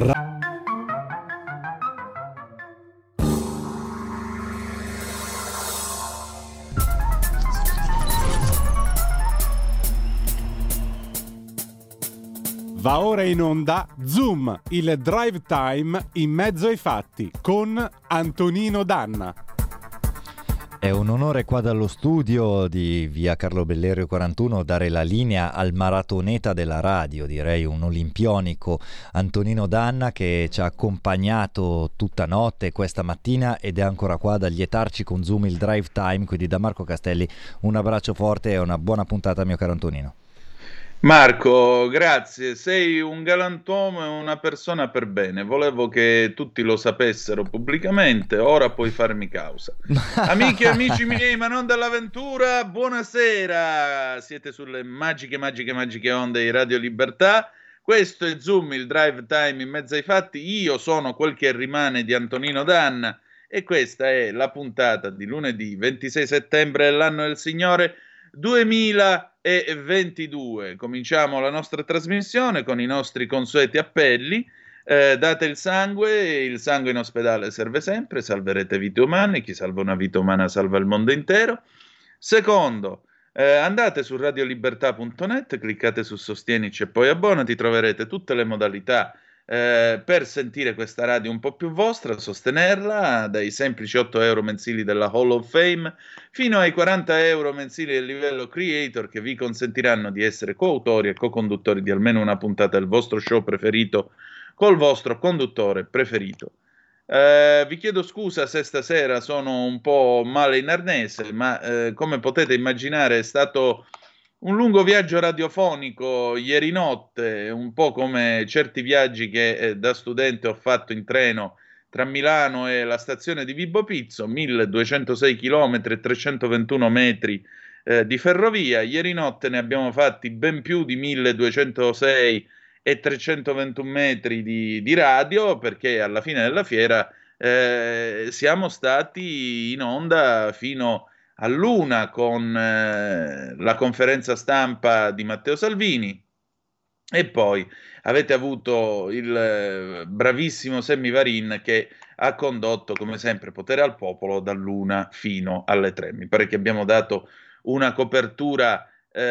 Va ora in onda Zoom, il drive time in mezzo ai fatti con Antonino Danna. È un onore qua dallo studio di via Carlo Bellerio 41 dare la linea al maratoneta della radio, direi un olimpionico, Antonino Danna, che ci ha accompagnato tutta notte questa mattina ed è ancora qua ad allietarci con Zoom il drive time. Quindi da Marco Castelli un abbraccio forte e una buona puntata, mio caro Antonino. Marco, grazie, sei un galantuomo e una persona per bene. Volevo che tutti lo sapessero pubblicamente, ora puoi farmi causa. Amiche e amici miei, ma non dell'avventura, buonasera. Siete sulle magiche onde di Radio Libertà. Questo è Zoom, il drive time in mezzo ai fatti. Io sono quel che rimane di Antonino Danna e questa è la puntata di lunedì 26 settembre dell'anno del Signore 2022. Cominciamo la nostra trasmissione con i nostri consueti appelli. Date il sangue in ospedale serve sempre, salverete vite umane, chi salva una vita umana salva il mondo intero. Secondo, andate su radiolibertà.net, cliccate su Sostienici e poi abbonati, troverete tutte le modalità per sentire questa radio un po' più vostra, sostenerla, dai semplici 8 euro mensili della Hall of Fame fino ai 40 euro mensili del livello creator, che vi consentiranno di essere coautori e co-conduttori di almeno una puntata del vostro show preferito col vostro conduttore preferito. Vi chiedo scusa se stasera sono un po' male in arnese, ma come potete immaginare è stato un lungo viaggio radiofonico ieri notte, un po' come certi viaggi che da studente ho fatto in treno tra Milano e la stazione di Vibo Pizzo, 1206 km e 321 metri di ferrovia. Ieri notte ne abbiamo fatti ben più di 1206 e 321 metri di radio, perché alla fine della fiera siamo stati in onda fino all'1 con la conferenza stampa di Matteo Salvini e poi avete avuto il bravissimo Sammy Varin che ha condotto come sempre Potere al Popolo dall'1 fino alle 3. Mi pare che abbiamo dato una copertura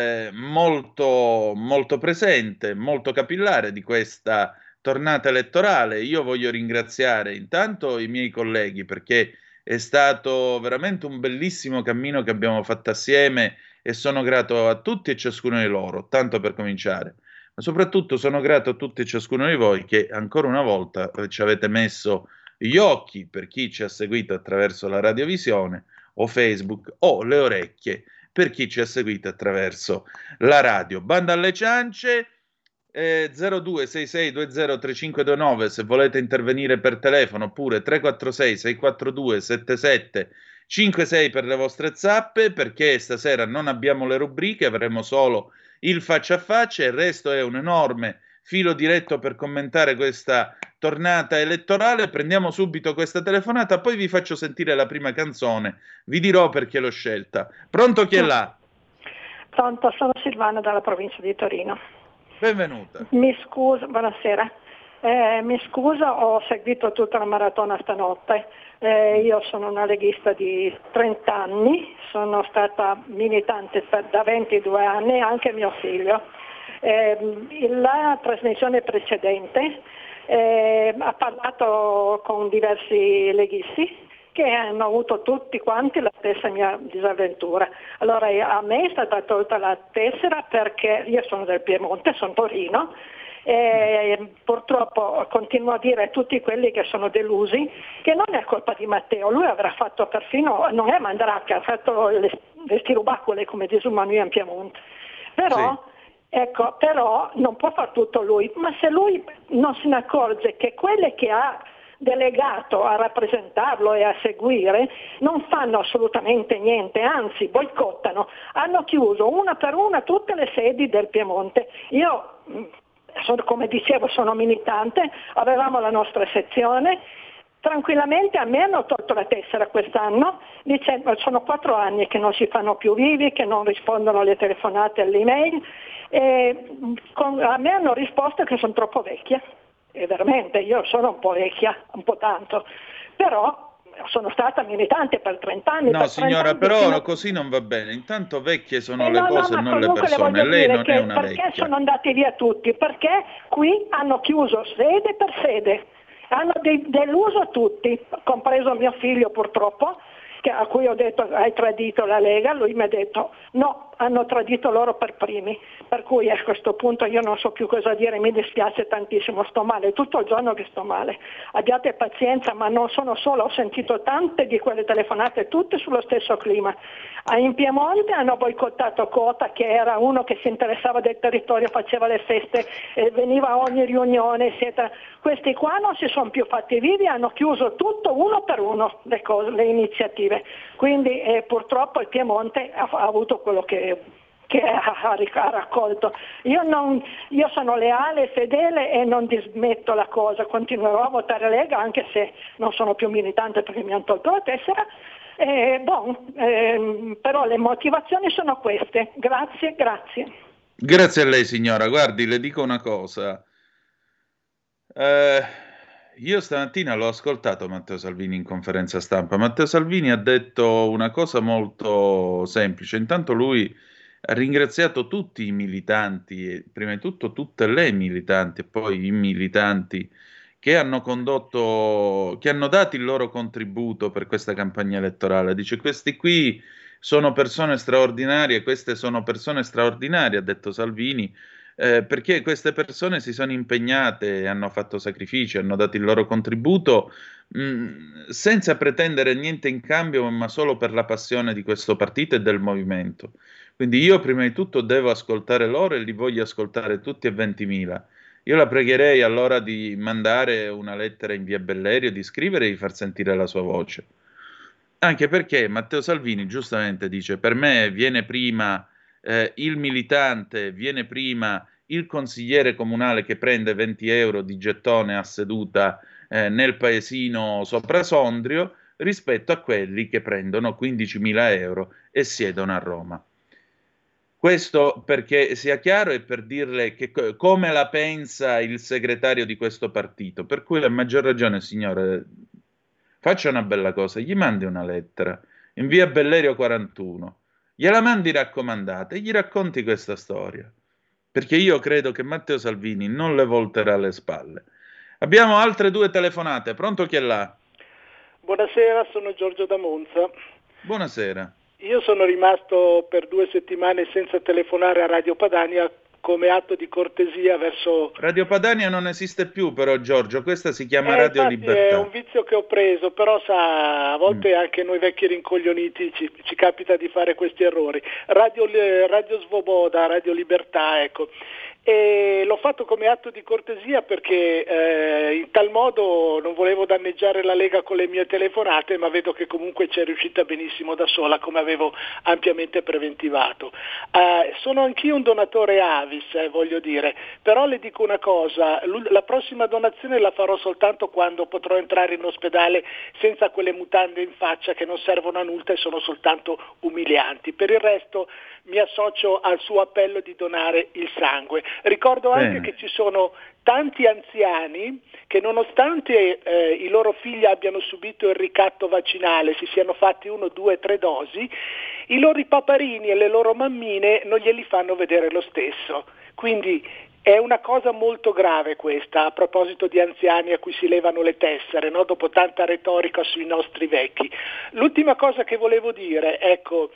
molto, molto presente, molto capillare di questa tornata elettorale. Io voglio ringraziare intanto i miei colleghi, perché è stato veramente un bellissimo cammino che abbiamo fatto assieme e sono grato a tutti e ciascuno di loro, tanto per cominciare. Ma soprattutto sono grato a tutti e ciascuno di voi che ancora una volta ci avete messo gli occhi, per chi ci ha seguito attraverso la radiovisione o Facebook, o le orecchie per chi ci ha seguito attraverso la radio. Banda alle ciance. 0266203529 se volete intervenire per telefono, oppure 346 642 7756 per le vostre zappe, perché stasera non abbiamo le rubriche, avremo solo il faccia a faccia, il resto è un enorme filo diretto per commentare questa tornata elettorale. Prendiamo subito questa telefonata, poi vi faccio sentire la prima canzone, vi dirò perché l'ho scelta. Pronto, chi è là? Pronto, sono Silvana dalla provincia di Torino. Benvenuta. Mi scuso, buonasera. Mi scuso, ho seguito tutta la maratona stanotte. Io sono una leghista di 30 anni, sono stata militante da 22 anni, anche mio figlio. La trasmissione precedente ha parlato con diversi leghisti che hanno avuto tutti quanti la stessa mia disavventura. Allora a me è stata tolta la tessera perché io sono del Piemonte, sono Torino, e purtroppo continuo a dire a tutti quelli che sono delusi che non è colpa di Matteo, lui avrà fatto perfino, non è Mandracca, ha fatto le stirubacquole come diciamo noi in Piemonte, però, sì. Ecco, però non può far tutto lui, ma se lui non se ne accorge che quelle che ha delegato a rappresentarlo e a seguire non fanno assolutamente niente, anzi boicottano, hanno chiuso una per una tutte le sedi del Piemonte. Io come dicevo sono militante, avevamo la nostra sezione, tranquillamente a me hanno tolto la tessera quest'anno dicendo sono 4 anni che non si fanno più vivi, che non rispondono alle telefonate e alle email, e a me hanno risposto che sono troppo vecchia. e veramente io sono un po' vecchia, un po' tanto, però sono stata militante per 30 anni. No, per 30 signora, anni però così non va bene. Intanto vecchie sono le no, cose e ma non le comunque le persone. voglio Lei dire non è che una perché vecchia. sono andati via tutti? Perché qui hanno chiuso sede per sede, hanno deluso tutti, compreso mio figlio purtroppo, a cui ho detto hai tradito la Lega, lui mi ha detto no, hanno tradito loro per primi, per cui a questo punto io non so più cosa dire, mi dispiace tantissimo, sto male, tutto il giorno che sto male, abbiate pazienza, ma non sono sola, ho sentito tante di quelle telefonate, tutte sullo stesso clima. In Piemonte hanno boicottato Cota, che era uno che si interessava del territorio, faceva le feste, veniva a ogni riunione, eccetera. Questi qua non si sono più fatti vivi, hanno chiuso tutto uno per uno le iniziative, quindi purtroppo il Piemonte ha avuto quello che ha raccolto. Io sono leale, fedele e non dismetto la cosa, continuerò a votare Lega anche se non sono più militante perché mi hanno tolto la tessera. Però le motivazioni sono queste. Grazie. Grazie a lei, signora. Guardi, le dico una cosa. Io stamattina l'ho ascoltato Matteo Salvini in conferenza stampa. Matteo Salvini ha detto una cosa molto semplice. Intanto lui ha ringraziato tutti i militanti, e prima di tutto tutte le militanti e poi i militanti che hanno condotto, che hanno dato il loro contributo per questa campagna elettorale. Dice, questi qui sono persone straordinarie, queste sono persone straordinarie, ha detto Salvini, perché queste persone si sono impegnate, hanno fatto sacrifici, hanno dato il loro contributo, senza pretendere niente in cambio, ma solo per la passione di questo partito e del movimento. Quindi io prima di tutto devo ascoltare loro e li voglio ascoltare tutti e 20.000. Io la pregherei allora di mandare una lettera in via Bellerio, di scrivere e di far sentire la sua voce. Anche perché Matteo Salvini giustamente dice: per me viene prima il militante, viene prima il consigliere comunale che prende 20 euro di gettone a seduta nel paesino sopra Sondrio rispetto a quelli che prendono 15.000 euro e siedono a Roma. Questo perché sia chiaro e per dirle come la pensa il segretario di questo partito. Per cui a maggior ragione, signore, faccia una bella cosa, gli mandi una lettera in via Bellerio 41, gliela mandi raccomandata e gli racconti questa storia. Perché io credo che Matteo Salvini non le volterà le spalle. Abbiamo altre 2 telefonate. Pronto, chi è là? Buonasera, sono Giorgio da Monza. Buonasera. Io sono rimasto per 2 settimane senza telefonare a Radio Padania come atto di cortesia verso... Radio Padania non esiste più però, Giorgio, questa si chiama Radio infatti Libertà. è un vizio che ho preso, però sa, a volte anche noi vecchi rincoglioniti ci capita di fare questi errori. Radio Svoboda, Radio Libertà, ecco. E l'ho fatto come atto di cortesia perché in tal modo non volevo danneggiare la Lega con le mie telefonate, ma vedo che comunque c'è riuscita benissimo da sola, come avevo ampiamente preventivato. Sono anch'io un donatore Avis, voglio dire, però le dico una cosa, la prossima donazione la farò soltanto quando potrò entrare in ospedale senza quelle mutande in faccia che non servono a nulla e sono soltanto umilianti. Per il resto mi associo al suo appello di donare il sangue. Ricordo anche che ci sono tanti anziani che nonostante i loro figli abbiano subito il ricatto vaccinale, si siano fatti 1, 2, 3 dosi, i loro paparini e le loro mammine non glieli fanno vedere lo stesso. Quindi è una cosa molto grave questa, a proposito di anziani a cui si levano le tessere, no? Dopo tanta retorica sui nostri vecchi. L'ultima cosa che volevo dire, ecco,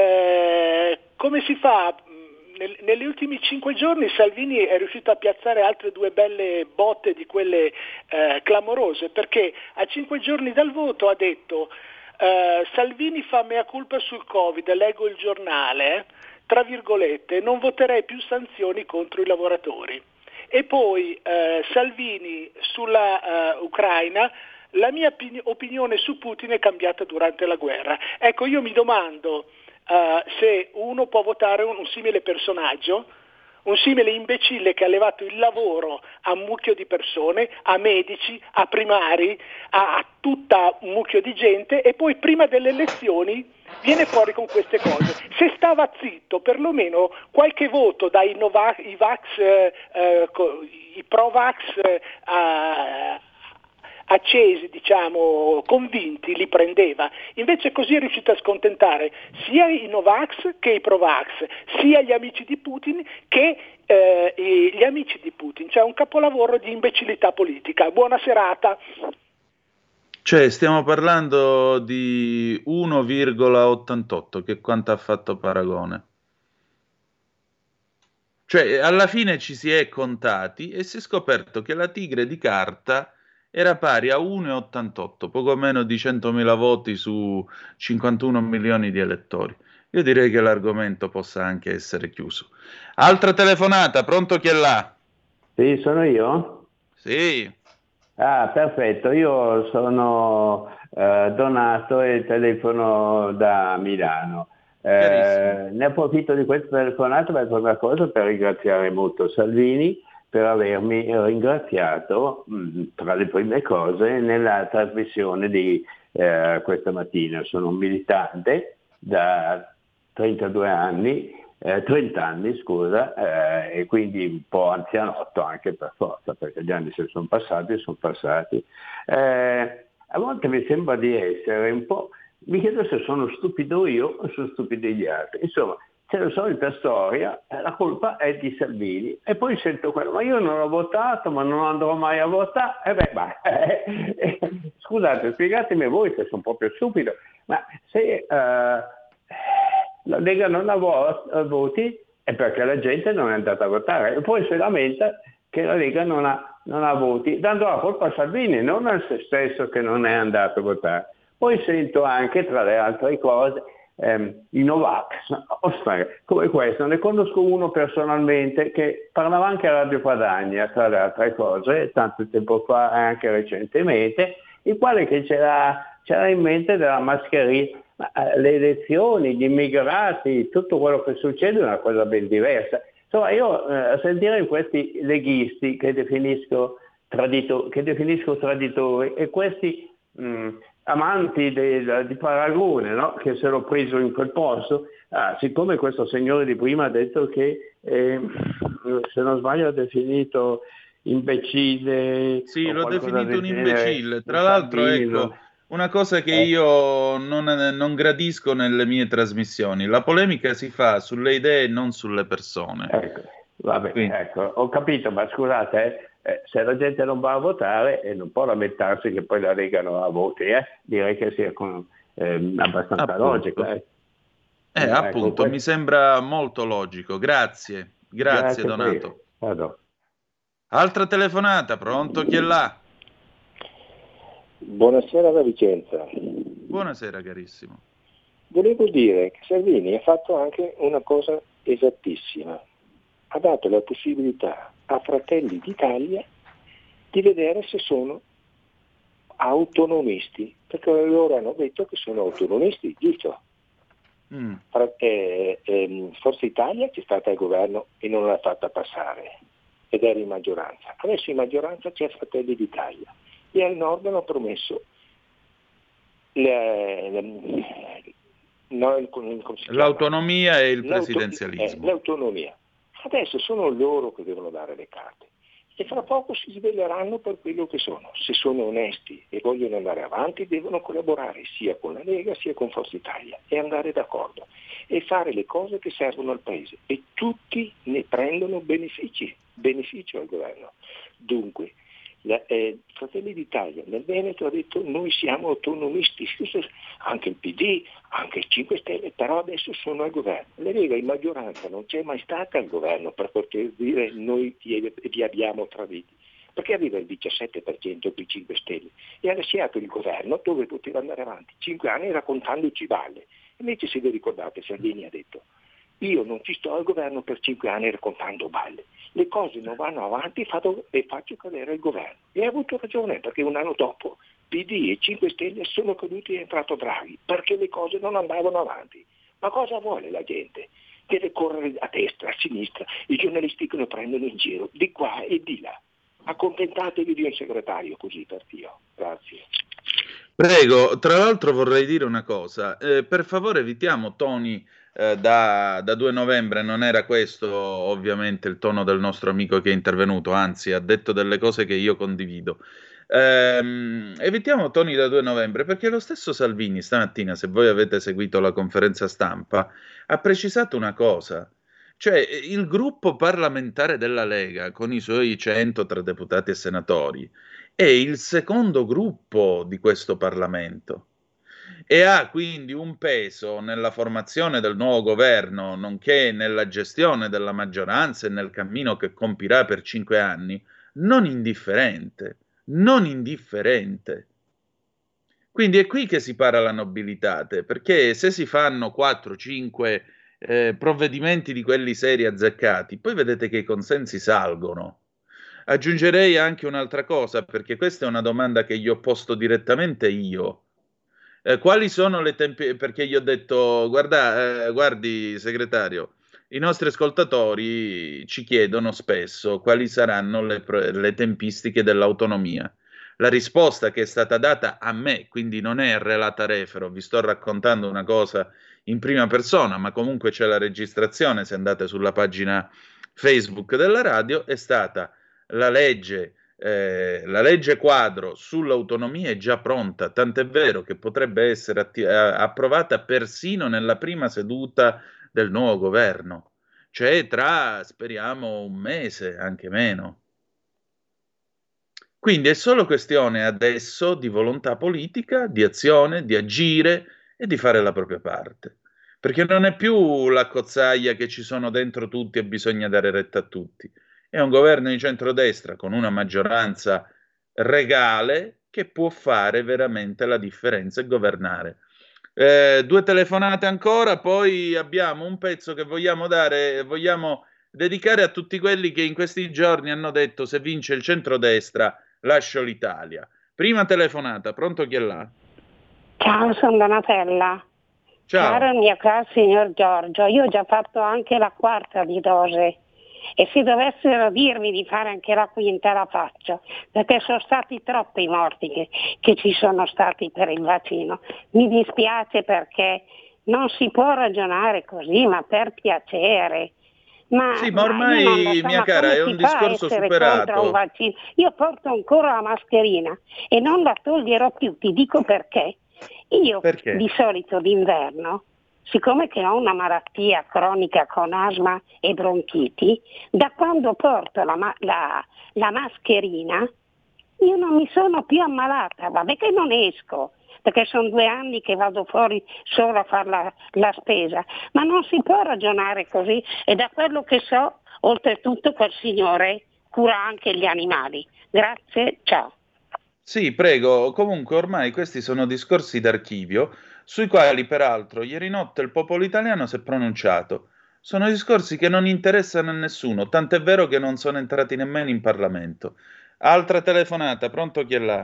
come si fa? Negli ultimi 5 giorni Salvini è riuscito a piazzare altre 2 belle botte di quelle clamorose, perché a 5 giorni dal voto ha detto Salvini fa mea culpa sul Covid, leggo il giornale, tra virgolette, non voterei più sanzioni contro i lavoratori. E poi Salvini sulla Ucraina, la mia opinione su Putin è cambiata durante la guerra. Ecco, io mi domando se uno può votare un simile personaggio un simile imbecille che ha levato il lavoro a un mucchio di persone, a medici, a primari, a tutta un mucchio di gente, e poi prima delle elezioni viene fuori con queste cose. Se stava zitto, perlomeno qualche voto dai i pro-vax accesi, diciamo, convinti, li prendeva. Invece così è riuscito a scontentare sia i Novax che i Provax, sia gli amici di Putin che gli amici di Putin. Cioè un capolavoro di imbecillità politica. Buona serata. Cioè, stiamo parlando di 1,88, che quanto ha fatto Paragone. Cioè, alla fine ci si è contati e si è scoperto che la tigre di carta era pari a 1,88, poco meno di 100.000 voti su 51 milioni di elettori. Io direi che l'argomento possa anche essere chiuso. Altra telefonata, pronto chi è là? Sì, sono io? Sì. Ah, perfetto, io sono Donato e telefono da Milano. Ne approfitto di questa telefonata per una cosa, per ringraziare molto Salvini per avermi ringraziato, tra le prime cose, nella trasmissione di questa mattina. Sono un militante da 32 anni, 30 anni, scusa, e quindi un po' anzianotto anche per forza, perché gli anni se sono passati. A volte mi sembra di essere un po', mi chiedo se sono stupido io o sono stupidi gli altri. Insomma, c'è la solita storia, la colpa è di Salvini, e poi sento quello, ma io non ho votato, ma non andrò mai a votare. Scusate, spiegatemi voi se sono proprio stupido, ma se la Lega non ha voti è perché la gente non è andata a votare, e poi si lamenta che la Lega non ha voti, dando la colpa a Salvini, non a se stesso che non è andato a votare. Poi sento anche, tra le altre cose, i Novax, come questo. Ne conosco uno personalmente che parlava anche a Radio Padania, tra le altre cose, tanto tempo fa, anche recentemente, il quale che c'era in mente della mascherina. Ma le elezioni, gli immigrati, tutto quello che succede è una cosa ben diversa. Insomma, io a sentire questi leghisti che definisco traditori, e questi amanti di Paragone, no? Che se l'ho preso in quel posto, siccome questo signore di prima ha detto che, se non sbaglio, ha definito imbecille. Sì, l'ho definito un imbecille. Tra l'altro, ecco, una cosa che io non gradisco nelle mie trasmissioni: la polemica si fa sulle idee e non sulle persone. Ecco, vabbè, ecco, ho capito, ma scusate, se la gente non va a votare, non può lamentarsi che poi la Lega non ha voti, direi che sia abbastanza logico. Appunto, mi sembra molto logico. Grazie Donato. Altra telefonata, pronto chi è là? Buonasera da Vicenza. Buonasera carissimo. Volevo dire che Salvini ha fatto anche una cosa esattissima. Ha dato la possibilità a Fratelli d'Italia di vedere se sono autonomisti, perché loro hanno detto che sono autonomisti, giusto? Forza Italia c'è stata al governo e non l'ha fatta passare ed era in maggioranza. Adesso in maggioranza c'è Fratelli d'Italia e al nord hanno promesso l'autonomia e il presidenzialismo. L'autonomia. Adesso sono loro che devono dare le carte e fra poco si sveleranno per quello che sono. Se sono onesti e vogliono andare avanti, devono collaborare sia con la Lega sia con Forza Italia e andare d'accordo e fare le cose che servono al Paese, e tutti ne prendono beneficio al governo. Dunque Fratelli d'Italia nel Veneto ha detto: noi siamo autonomisti, anche il PD, anche il 5 Stelle, però adesso sono al governo. La Lega in maggioranza non c'è mai stata al governo per poter dire noi vi abbiamo traditi, perché aveva il 17% per i 5 Stelle e ha lasciato il governo dove poteva andare avanti 5 anni raccontandoci balle. Invece, se vi ricordate, Salvini ha detto: io non ci sto al governo per 5 anni raccontando balle, le cose non vanno avanti e faccio cadere il governo. E ha avuto ragione, perché un anno dopo PD e 5 Stelle sono caduti e è entrato Draghi, perché le cose non andavano avanti. Ma cosa vuole la gente? deve correre a destra, a sinistra, i giornalisti che lo prendono in giro, di qua e di là. Accontentatevi di un segretario così per Dio. Grazie. Prego, tra l'altro vorrei dire una cosa, per favore evitiamo toni da 2 novembre, non era questo ovviamente il tono del nostro amico che è intervenuto, anzi ha detto delle cose che io condivido. Evitiamo toni da 2 novembre perché lo stesso Salvini stamattina, se voi avete seguito la conferenza stampa, ha precisato una cosa, cioè il gruppo parlamentare della Lega con i suoi 100 tra deputati e senatori è il secondo gruppo di questo Parlamento e ha quindi un peso nella formazione del nuovo governo, nonché nella gestione della maggioranza e nel cammino che compirà per 5 anni, non indifferente, non indifferente. Quindi è qui che si para la nobilitate, perché se si fanno 4-5 provvedimenti di quelli seri azzeccati, poi vedete che i consensi salgono. Aggiungerei anche un'altra cosa, perché questa è una domanda che gli ho posto direttamente io. Quali sono le tempi? Perché gli ho detto, guardi, segretario, i nostri ascoltatori ci chiedono spesso quali saranno le tempistiche dell'autonomia. La risposta che è stata data a me, quindi non è relata refero, vi sto raccontando una cosa in prima persona, ma comunque c'è la registrazione, se andate sulla pagina Facebook della radio, è stata la legge quadro sull'autonomia è già pronta, tant'è vero che potrebbe essere approvata persino nella prima seduta del nuovo governo, cioè tra, speriamo, un mese, anche meno. Quindi è solo questione adesso di volontà politica, di azione, di agire e di fare la propria parte. Perché non è più la cozzaglia che ci sono dentro tutti e bisogna dare retta a tutti. È un governo di centrodestra con una maggioranza regale che può fare veramente la differenza e governare. 2 telefonate ancora, poi abbiamo un pezzo che vogliamo dedicare a tutti quelli che in questi giorni hanno detto se vince il centrodestra lascio l'Italia. Prima telefonata, pronto chi è là? Ciao, sono Donatella. Ciao. Caro mio caro signor Giorgio, io ho già fatto anche la 4ª di dose e se dovessero dirmi di fare anche la 5ª la faccio, perché sono stati troppi morti che ci sono stati per il vaccino. Mi dispiace perché non si può ragionare così, ma per piacere. Sì, ma ormai, mia cara, è un discorso superato. Un vaccino? Io porto ancora la mascherina e non la toglierò più, ti dico perché. Io Perché? di solito d'inverno, siccome che ho una malattia cronica con asma e bronchiti, da quando porto la mascherina io non mi sono più ammalata, vabbè che non esco, perché sono 2 anni che vado fuori solo a fare la spesa, ma non si può ragionare così e da quello che so, oltretutto quel signore cura anche gli animali. Grazie, ciao. Sì, prego. Comunque ormai questi sono discorsi d'archivio sui quali peraltro ieri notte il popolo italiano si è pronunciato. Sono discorsi che non interessano a nessuno, tant'è vero che non sono entrati nemmeno in Parlamento. Altra telefonata, pronto chi è là?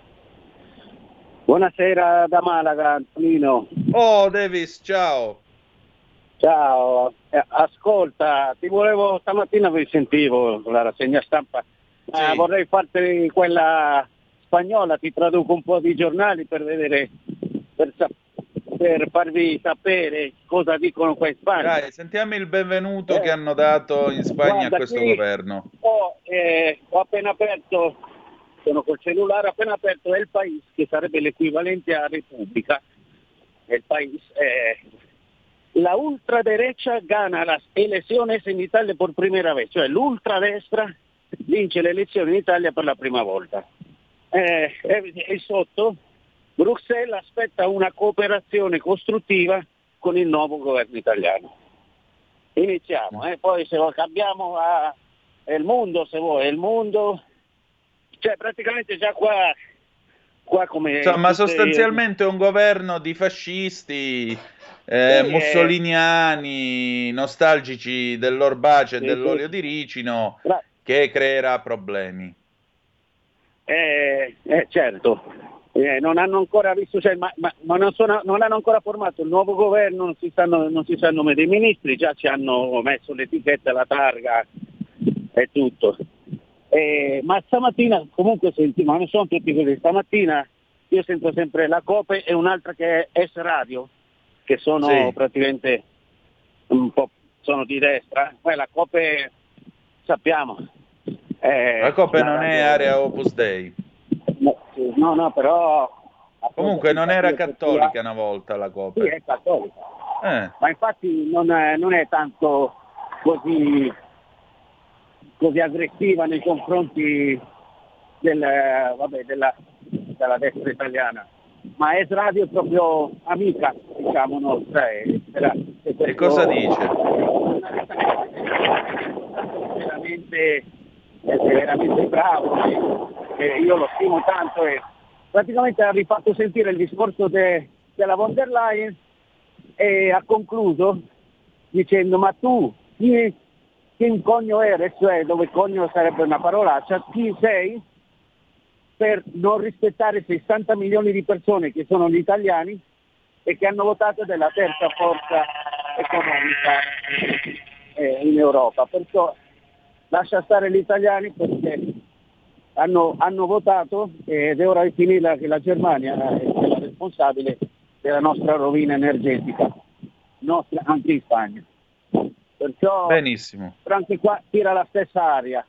Buonasera da Malaga, Antonino. Oh, Davis, ciao. Ciao, ascolta, stamattina vi sentivo la rassegna stampa, Sì. vorrei farti quella spagnola, ti traduco un po' di giornali per vedere, per farvi sapere cosa dicono qua in Spagna. Dai, sentiamo il benvenuto che hanno dato in Spagna Guarda, a questo qui governo. Ho appena aperto, sono col cellulare, ho appena aperto El País, che sarebbe l'equivalente a Repubblica. El País, la ultraderecha gana las elecciones in Italia por primera vez, cioè l'ultradestra vince le elezioni in Italia per la prima volta. E sotto Bruxelles aspetta una cooperazione costruttiva con il nuovo governo italiano. Iniziamo, poi se cambiamo a El Mundo, se vuoi, El Mundo, cioè praticamente già qua come... Insomma, sostanzialmente è un governo di fascisti, mussoliniani, nostalgici dell'orbace e dell'olio di ricino, che creerà problemi. Certo, Non hanno ancora visto, cioè, ma non hanno ancora formato il nuovo governo, non si sa il nome dei ministri, già ci hanno messo l'etichetta, la targa e tutto. Ma stamattina comunque sentivo, ma non sono tutti così, stamattina io sento sempre la Cope e un'altra che è S Radio, che sono praticamente un po' sono di destra, poi la Cope sappiamo. La Cope non radio, è area Opus Dei. No, però... Comunque non era cattolica una volta la Cope. Sì, è cattolica. Ma infatti non è tanto così aggressiva nei confronti della destra italiana. Ma Es Radio è proprio amica, diciamo nostra. E cosa dice? È veramente bravo, e io lo stimo tanto, e praticamente ha rifatto sentire il discorso della von der Leyen e ha concluso dicendo: ma tu chi cogno eres, cioè dove cogno sarebbe una parolaccia, chi sei per non rispettare 60 milioni di persone che sono gli italiani e che hanno votato della terza forza economica in Europa. Perciò lascia stare gli italiani, perché hanno votato ed è ora di finirla che la Germania è la responsabile della nostra rovina energetica, nostra anche in Spagna. Perciò benissimo. però anche qua tira la stessa aria.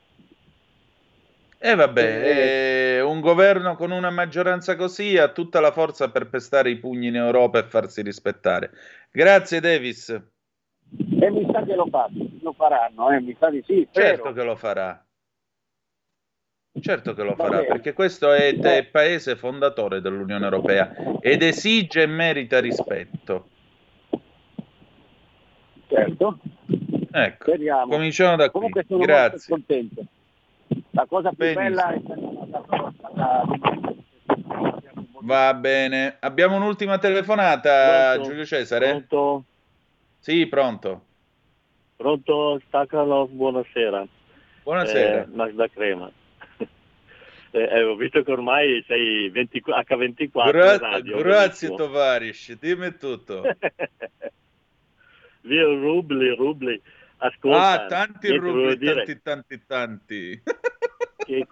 Un governo con una maggioranza così ha tutta la forza per pestare i pugni in Europa e farsi rispettare. Grazie Davis. E mi sa che lo faranno, mi sa di sì. Certo che lo farà. Certo che lo farà, perché questo è il paese fondatore dell'Unione Europea ed esige e merita rispetto. Certo. Ecco, speriamo. Cominciamo da qui. Comunque sono Grazie. molto contento. La cosa più bella è Va bene. Abbiamo un'ultima telefonata, Pronto? Giulio Cesare? Pronto? Sì, pronto. Pronto, Staccanov, buonasera. Buonasera. Magda Crema. Ho visto che ormai sei H24 radio. Grazie tovarish, dimmi tutto. Via rubli. Ascolta. Tanti rubli, tanti. Che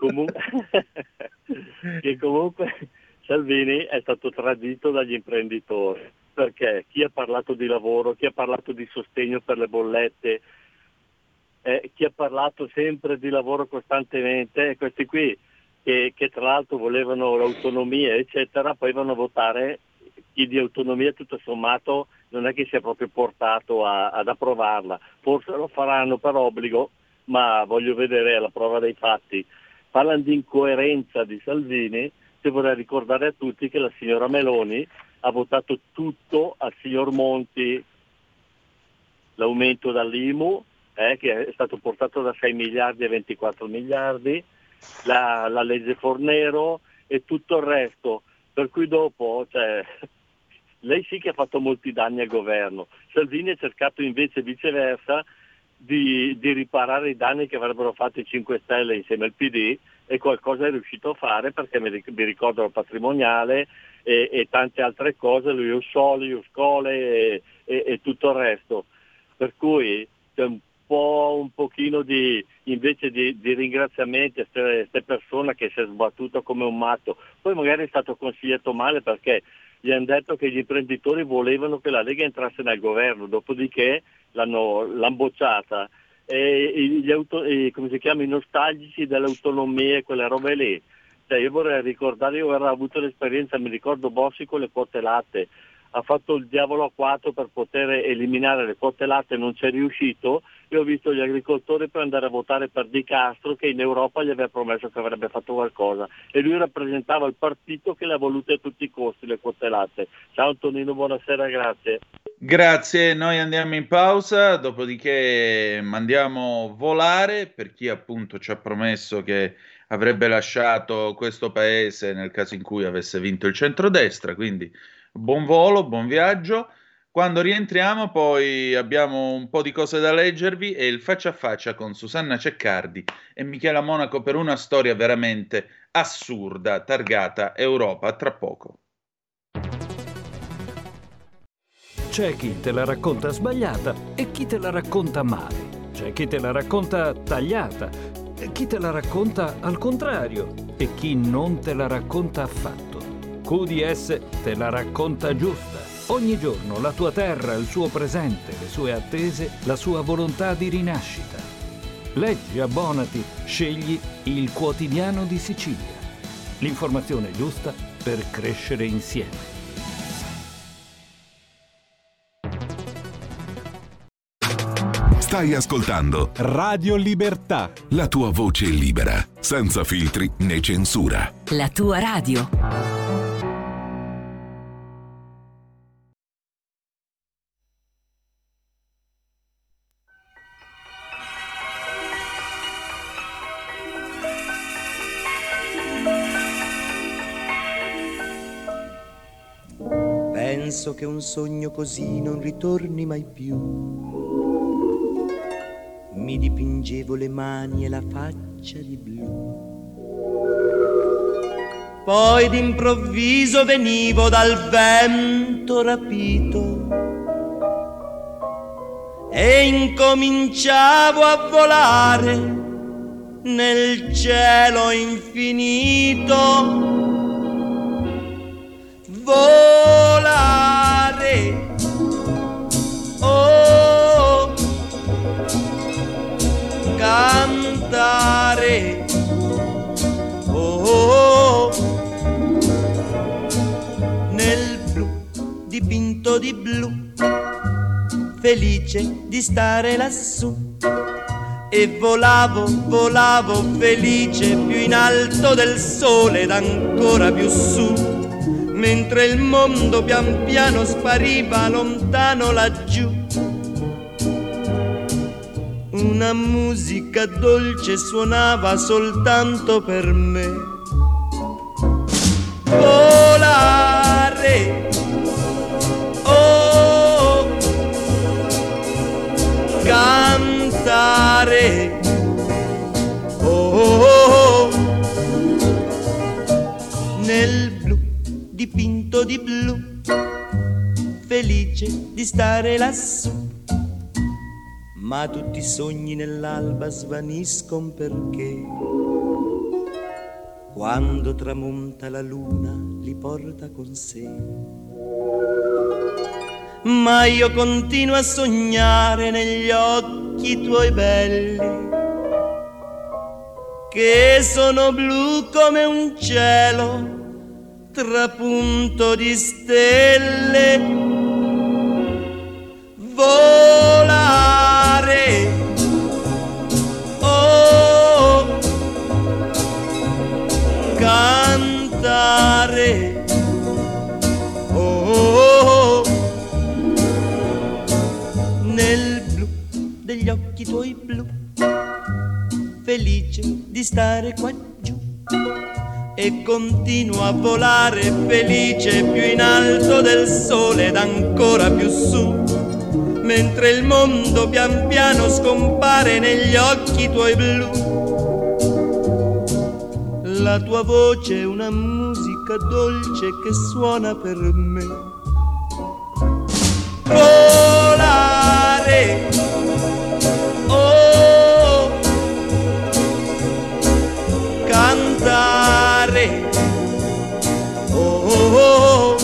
comunque Salvini è stato tradito dagli imprenditori, perché chi ha parlato di lavoro, chi ha parlato di sostegno per le bollette, chi ha parlato sempre di lavoro costantemente, questi qui che tra l'altro volevano l'autonomia eccetera, poi vanno a votare. Chi di autonomia tutto sommato non è che sia proprio portato ad approvarla, forse lo faranno per obbligo, ma voglio vedere la prova dei fatti. Parlano di incoerenza di Salvini, se vorrei ricordare a tutti che la signora Meloni ha votato tutto al signor Monti, l'aumento dall'IMU, che è stato portato da 6 miliardi a 24 miliardi, la legge Fornero e tutto il resto, per cui dopo, lei sì che ha fatto molti danni al governo. Salvini ha cercato invece viceversa di riparare i danni che avrebbero fatto i 5 Stelle insieme al PD, e qualcosa è riuscito a fare, perché mi ricordo il patrimoniale e tante altre cose, lo Soli, Scole e tutto il resto. Per cui c'è un pochino invece di ringraziamenti a queste persone che si è sbattuto come un matto. Poi magari è stato consigliato male, perché gli hanno detto che gli imprenditori volevano che la Lega entrasse nel governo, dopodiché l'hanno bocciata. E come si chiama, i nostalgici dell'autonomia e quelle robe lì. Io vorrei ricordare, io avevo avuto l'esperienza, mi ricordo Bossi con le quote latte, ha fatto il diavolo a quattro per poter eliminare le quote latte, non c'è riuscito, e ho visto gli agricoltori per andare a votare per Di Castro, che in Europa gli aveva promesso che avrebbe fatto qualcosa, e lui rappresentava il partito che le ha volute a tutti i costi le quote latte. Ciao Antonino, buonasera, grazie. Grazie, noi andiamo in pausa, dopodiché mandiamo volare per chi appunto ci ha promesso che avrebbe lasciato questo paese nel caso in cui avesse vinto il centrodestra, quindi buon volo, buon viaggio. Quando rientriamo poi abbiamo un po' di cose da leggervi e il faccia a faccia con Susanna Ceccardi e Michela Monaco per una storia veramente assurda, targata Europa. A tra poco. C'è chi te la racconta sbagliata e chi te la racconta male. C'è chi te la racconta tagliata e chi te la racconta al contrario e chi non te la racconta affatto. QDS te la racconta giusta. Ogni giorno la tua terra, il suo presente, le sue attese, la sua volontà di rinascita. Leggi, abbonati, scegli il Quotidiano di Sicilia. L'informazione giusta per crescere insieme. Stai ascoltando Radio Libertà. La tua voce libera, senza filtri né censura. La tua radio. Penso che un sogno così non ritorni mai più. Mi dipingevo le mani e la faccia di blu. Poi d'improvviso venivo dal vento rapito e incominciavo a volare nel cielo infinito. Volare, oh, cantare, oh, nel blu dipinto di blu, felice di stare lassù. E volavo, volavo felice più in alto del sole ed ancora più su, mentre il mondo pian piano spariva lontano laggiù. Una musica dolce suonava soltanto per me. Volare, oh, cantare, oh, nel dipinto di blu, felice di stare lassù. Ma tutti i sogni nell'alba svaniscono perché quando tramonta la luna li porta con sé. Ma io continuo a sognare negli occhi tuoi belli, che sono blu come un cielo trapunto di stelle. Volare, oh, cantare, oh, nel blu degli occhi tuoi blu, felice di stare qua giù. E continuo a volare felice più in alto del sole ed ancora più su, mentre il mondo pian piano scompare negli occhi tuoi blu. La tua voce è una musica dolce che suona per me. Volare, oh, cantare, oh,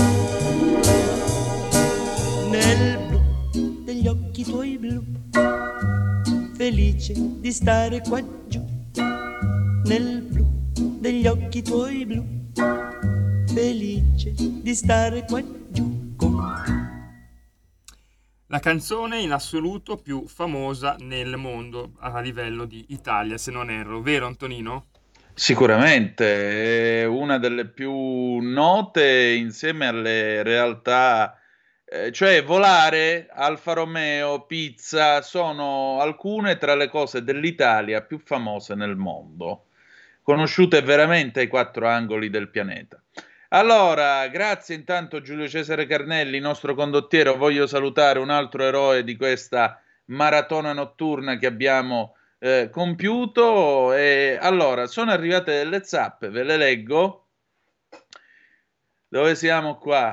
nel blu degli occhi tuoi blu, felice di stare qua giù. Nel blu degli occhi tuoi blu, felice di stare qua giù con te. La canzone in assoluto più famosa nel mondo a livello di Italia, se non erro, vero Antonino? Sicuramente, è una delle più note insieme alle realtà, cioè Volare, Alfa Romeo, Pizza, sono alcune tra le cose dell'Italia più famose nel mondo, conosciute veramente ai quattro angoli del pianeta. Allora, grazie intanto Giulio Cesare Carnelli, nostro condottiero. Voglio salutare un altro eroe di questa maratona notturna che abbiamo compiuto. E allora, sono arrivate delle zappe, ve le leggo. Dove siamo qua?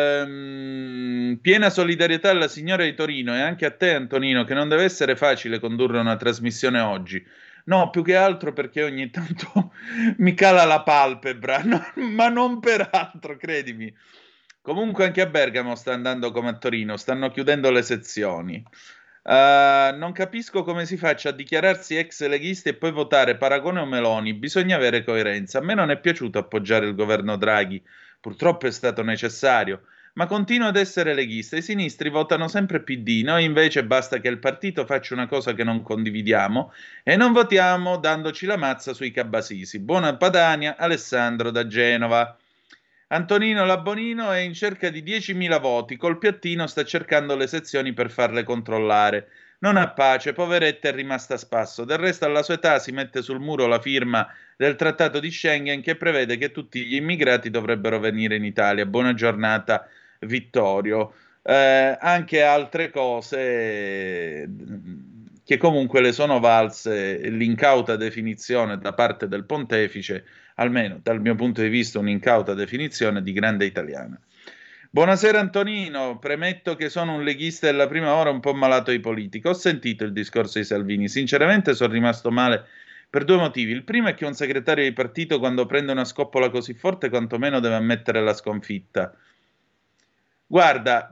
Piena solidarietà alla signora di Torino e anche a te, Antonino, che non deve essere facile condurre una trasmissione oggi. No, più che altro perché ogni tanto mi cala la palpebra, ma non per altro, credimi. Comunque anche a Bergamo sta andando come a Torino, stanno chiudendo le sezioni. Non capisco come si faccia a dichiararsi ex leghisti e poi votare Paragone o Meloni, bisogna avere coerenza. A me non è piaciuto appoggiare il governo Draghi, purtroppo è stato necessario, ma continuo ad essere leghista. I sinistri votano sempre PD, noi invece basta che il partito faccia una cosa che non condividiamo e non votiamo dandoci la mazza sui cabasisi. Buona Padania, Alessandro da Genova. Antonino Labonino è in cerca di 10.000 voti, col piattino sta cercando le sezioni per farle controllare. Non ha pace, poveretta è rimasta a spasso. Del resto alla sua età si mette sul muro la firma del trattato di Schengen che prevede che tutti gli immigrati dovrebbero venire in Italia. Buona giornata, Vittorio. Anche altre cose che comunque le sono valse l'incauta definizione da parte del pontefice, almeno dal mio punto di vista un'incauta definizione di grande italiana. Buonasera Antonino, premetto che sono un leghista della prima ora un po' malato di politica. Ho sentito il discorso di Salvini, sinceramente sono rimasto male per due motivi. Il primo è che un segretario di partito quando prende una scoppola così forte quantomeno deve ammettere la sconfitta. Guarda,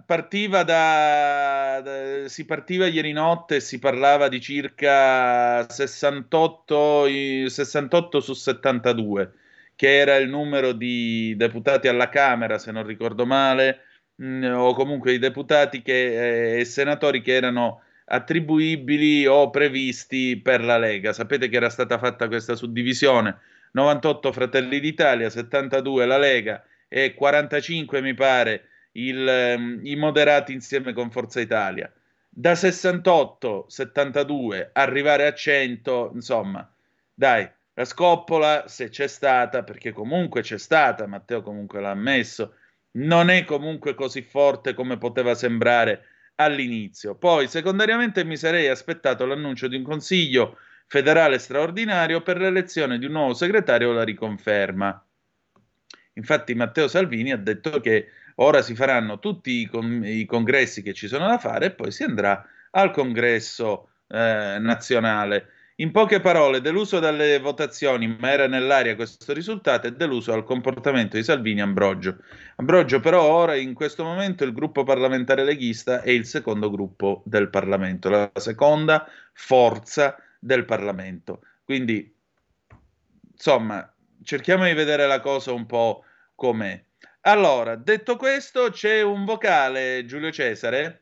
si partiva ieri notte e si parlava di circa 68 su 72, che era il numero di deputati alla Camera, se non ricordo male, o comunque i deputati e senatori che erano attribuibili o previsti per la Lega. Sapete che era stata fatta questa suddivisione: 98 Fratelli d'Italia, 72 la Lega e 45 mi pare i moderati insieme con Forza Italia. Da 68, 72 arrivare a 100, insomma, dai, la scoppola, se c'è stata, perché comunque c'è stata, Matteo comunque l'ha ammesso, non è comunque così forte come poteva sembrare all'inizio. Poi, secondariamente, mi sarei aspettato l'annuncio di un consiglio federale straordinario per l'elezione di un nuovo segretario o la riconferma. Infatti Matteo Salvini ha detto che ora si faranno tutti i congressi che ci sono da fare e poi si andrà al congresso nazionale. In poche parole, deluso dalle votazioni, ma era nell'aria questo risultato, e deluso dal comportamento di Salvini e Ambrogio. Ambrogio però ora, in questo momento, il gruppo parlamentare leghista è il secondo gruppo del Parlamento, la seconda forza del Parlamento. Quindi, insomma, cerchiamo di vedere la cosa un po' com'è. Allora, detto questo, c'è un vocale, Giulio Cesare?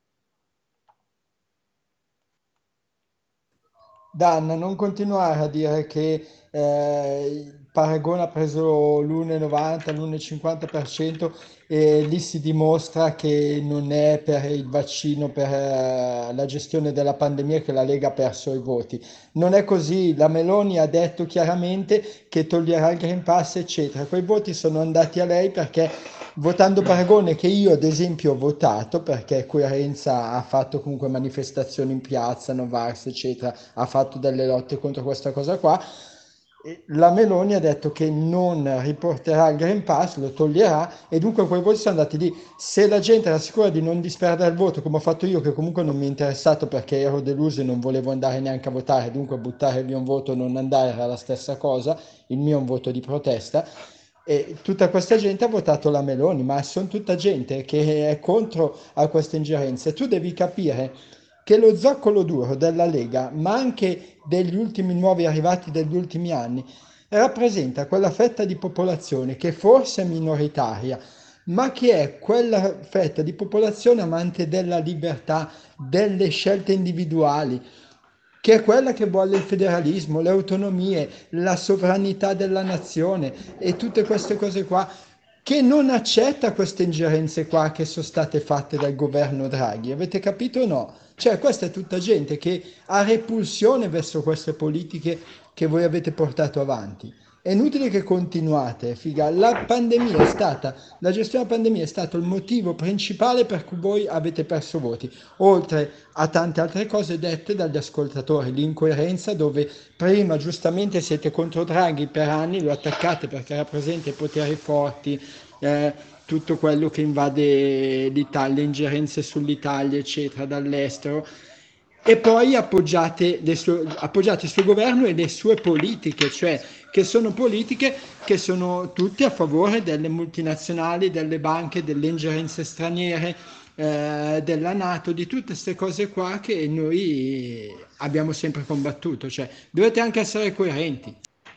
Danna, non continuare a dire che Paragone ha preso l'1,90, l'1,50% e lì si dimostra che non è per il vaccino, per la gestione della pandemia che la Lega ha perso i voti. Non è così, la Meloni ha detto chiaramente che toglierà il Green Pass, eccetera. Quei voti sono andati a lei perché votando Paragone, che io ad esempio ho votato perché Coerenza ha fatto comunque manifestazioni in piazza, Novax, eccetera, ha fatto delle lotte contro questa cosa qua, la Meloni ha detto che non riporterà il Green Pass, lo toglierà, e dunque quei voti sono andati lì. Se la gente era sicura di non disperdere il voto, come ho fatto io, che comunque non mi è interessato perché ero deluso e non volevo andare neanche a votare, dunque buttare via un voto o non andare era la stessa cosa, il mio è un voto di protesta, e tutta questa gente ha votato la Meloni, ma sono tutta gente che è contro a queste ingerenze. Tu devi capire che lo zoccolo duro della Lega, ma anche degli ultimi nuovi arrivati degli ultimi anni, rappresenta quella fetta di popolazione che forse è minoritaria, ma che è quella fetta di popolazione amante della libertà, delle scelte individuali, che è quella che vuole il federalismo, le autonomie, la sovranità della nazione e tutte queste cose qua, che non accetta queste ingerenze qua che sono state fatte dal governo Draghi. Avete capito o no? Cioè, questa è tutta gente che ha repulsione verso queste politiche che voi avete portato avanti. è inutile che continuate, figa. La gestione della pandemia è stato il motivo principale per cui voi avete perso voti, oltre a tante altre cose dette dagli ascoltatori, l'incoerenza dove prima giustamente siete contro Draghi per anni, lo attaccate perché rappresenta i poteri forti, tutto quello che invade l'Italia, ingerenze sull'Italia, eccetera, dall'estero. E poi appoggiate il suo governo e le sue politiche, cioè che sono politiche che sono tutte a favore delle multinazionali, delle banche, delle ingerenze straniere, della NATO, di tutte queste cose qua che noi abbiamo sempre combattuto. Cioè, dovete anche essere coerenti.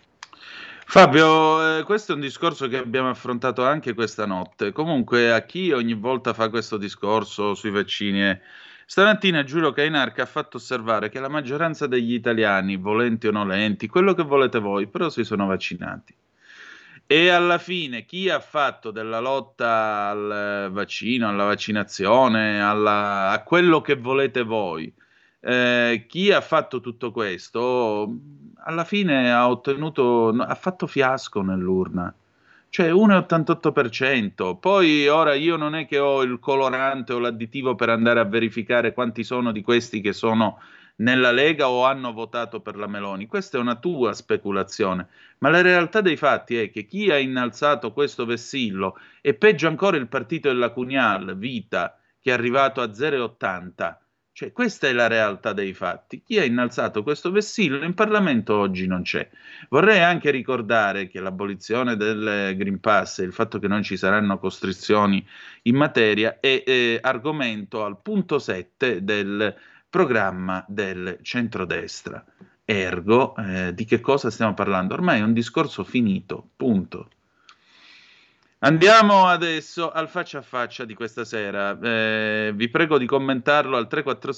Fabio, questo è un discorso che abbiamo affrontato anche questa notte. Comunque, a chi ogni volta fa questo discorso sui vaccini, stamattina Giulio Cainarca ha fatto osservare che la maggioranza degli italiani, volenti o nolenti, quello che volete voi, però si sono vaccinati. E alla fine chi ha fatto della lotta al vaccino, alla vaccinazione, a quello che volete voi, chi ha fatto tutto questo, alla fine ha fatto fiasco nell'urna. Cioè 1,88%. Poi ora io non è che ho il colorante o l'additivo per andare a verificare quanti sono di questi che sono nella Lega o hanno votato per la Meloni. Questa è una tua speculazione, ma la realtà dei fatti è che chi ha innalzato questo vessillo, e peggio ancora il partito della Cunial, Vita, che è arrivato a 0,80, cioè questa è la realtà dei fatti. Chi ha innalzato questo vessillo in Parlamento oggi non c'è. Vorrei anche ricordare che l'abolizione del Green Pass e il fatto che non ci saranno costrizioni in materia è argomento al punto 7 del programma del centrodestra. Ergo, di che cosa stiamo parlando? Ormai è un discorso finito, punto. Andiamo adesso al faccia a faccia di questa sera. Vi prego di commentarlo al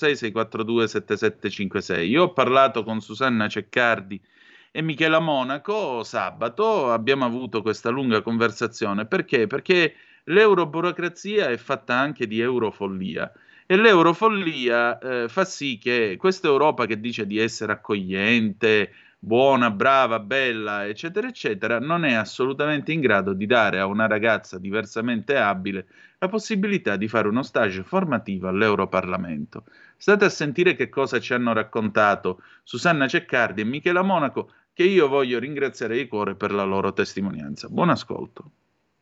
346-642-7756. Io ho parlato con Susanna Ceccardi e Michela Monaco sabato, abbiamo avuto questa lunga conversazione. Perché? Perché l'euroburocrazia è fatta anche di eurofollia. E l'eurofollia fa sì che questa Europa che dice di essere accogliente, buona, brava, bella, eccetera, eccetera, non è assolutamente in grado di dare a una ragazza diversamente abile la possibilità di fare uno stage formativo all'Europarlamento. State a sentire che cosa ci hanno raccontato Susanna Ceccardi e Michela Monaco, che io voglio ringraziare di cuore per la loro testimonianza. Buon ascolto.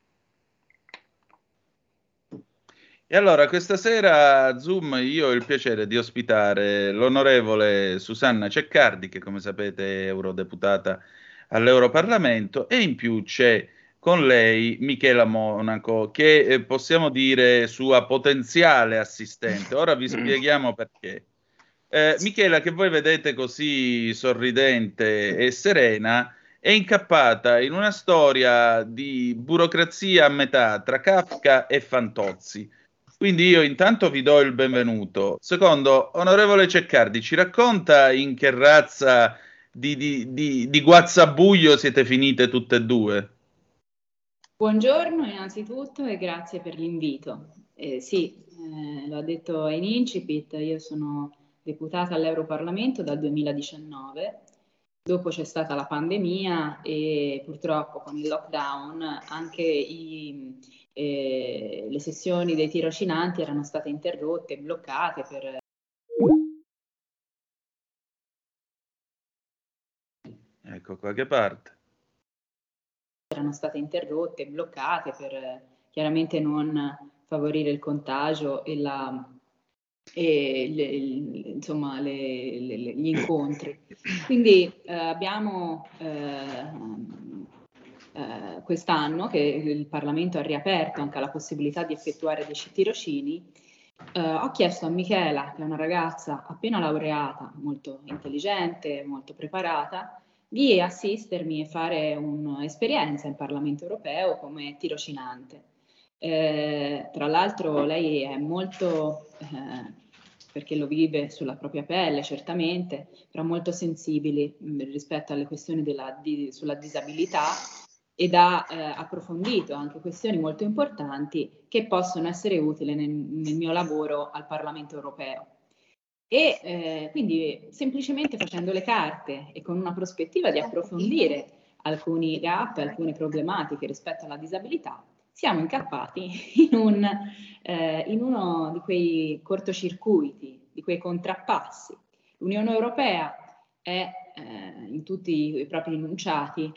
E allora, questa sera a Zoom io ho il piacere di ospitare l'onorevole Susanna Ceccardi, che come sapete è eurodeputata all'Europarlamento, e in più c'è con lei Michela Monaco, che possiamo dire sua potenziale assistente. Ora vi spieghiamo perché. Michela, che voi vedete così sorridente e serena, è incappata in una storia di burocrazia a metà tra Kafka e Fantozzi. Quindi io intanto vi do il benvenuto. Secondo, onorevole Ceccardi, ci racconta in che razza di guazzabuglio siete finite tutte e due? Buongiorno innanzitutto e grazie per l'invito. Sì, lo ha detto in incipit, io sono deputata all'Europarlamento dal 2019, dopo c'è stata la pandemia e purtroppo con il lockdown anche le sessioni dei tirocinanti erano state interrotte, bloccate per... Ecco qua che parte. Erano state interrotte, bloccate per chiaramente non favorire il contagio e insomma gli incontri. Quindi abbiamo quest'anno che il Parlamento ha riaperto anche la possibilità di effettuare dei tirocini. Ho chiesto a Michela, che è una ragazza appena laureata, molto intelligente, molto preparata, di assistermi e fare un'esperienza in Parlamento europeo come tirocinante. Tra l'altro lei è molto, perché lo vive sulla propria pelle certamente, però molto sensibile rispetto alle questioni sulla disabilità ed ha approfondito anche questioni molto importanti che possono essere utili nel mio lavoro al Parlamento europeo. E quindi semplicemente facendo le carte e con una prospettiva di approfondire alcuni gap, alcune problematiche rispetto alla disabilità, siamo incappati in uno di quei cortocircuiti, di quei contrappassi. L'Unione Europea è in tutti i propri enunciati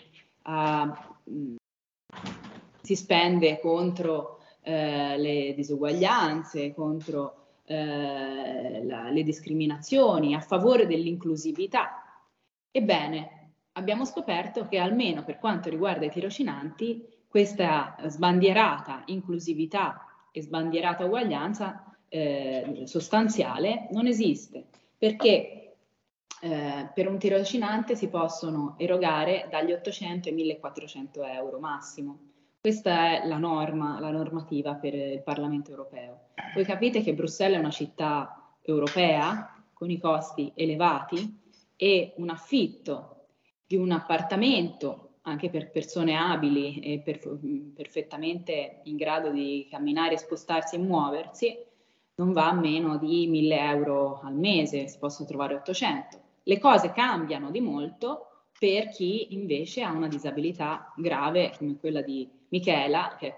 si spende contro le disuguaglianze, contro le discriminazioni, a favore dell'inclusività. Ebbene, abbiamo scoperto che almeno per quanto riguarda i tirocinanti, questa sbandierata inclusività e sbandierata uguaglianza sostanziale non esiste, perché per un tirocinante si possono erogare dagli 800 ai 1400 euro massimo. Questa è la normativa per il Parlamento europeo. Voi capite che Bruxelles è una città europea con i costi elevati e un affitto di un appartamento anche per persone abili e perfettamente in grado di camminare, spostarsi e muoversi, non va a meno di 1.000 euro al mese, si possono trovare 800. Le cose cambiano di molto per chi invece ha una disabilità grave come quella di Michela, che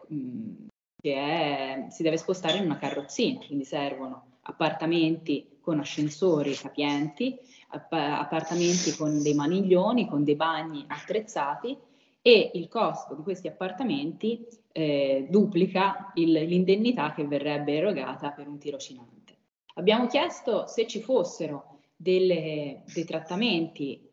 si deve spostare in una carrozzina, quindi servono appartamenti con ascensori capienti, appartamenti con dei maniglioni, con dei bagni attrezzati, e il costo di questi appartamenti duplica l'indennità che verrebbe erogata per un tirocinante. Abbiamo chiesto se ci fossero dei trattamenti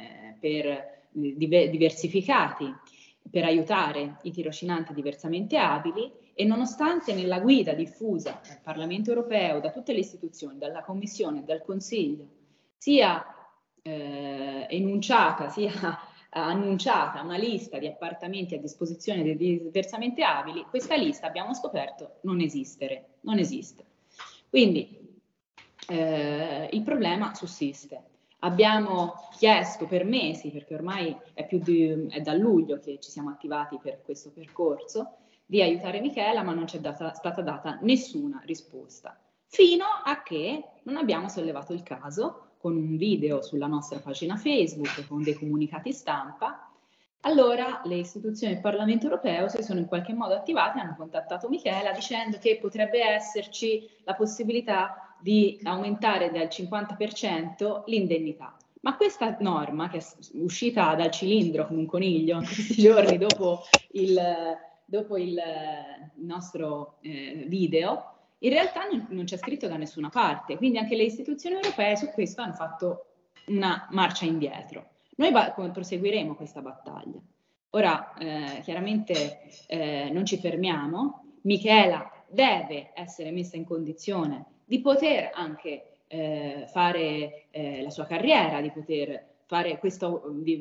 diversificati per aiutare i tirocinanti diversamente abili, e nonostante nella guida diffusa dal Parlamento europeo, da tutte le istituzioni, dalla Commissione, dal Consiglio, sia enunciata, sia annunciata una lista di appartamenti a disposizione dei diversamente abili, questa lista abbiamo scoperto non esiste. Quindi il problema sussiste. Abbiamo chiesto per mesi, perché ormai è da luglio che ci siamo attivati per questo percorso, di aiutare Michela, ma non ci è stata data nessuna risposta, fino a che non abbiamo sollevato il caso con un video sulla nostra pagina Facebook, con dei comunicati stampa. Allora le istituzioni del Parlamento europeo si sono in qualche modo attivate, hanno contattato Michela dicendo che potrebbe esserci la possibilità di aumentare del 50% l'indennità. Ma questa norma, che è uscita dal cilindro come un coniglio in questi giorni dopo il nostro video, in realtà non c'è scritto da nessuna parte, quindi anche le istituzioni europee su questo hanno fatto una marcia indietro. Noi proseguiremo questa battaglia. Ora, chiaramente non ci fermiamo. Michela deve essere messa in condizione di poter anche fare la sua carriera, di poter fare questa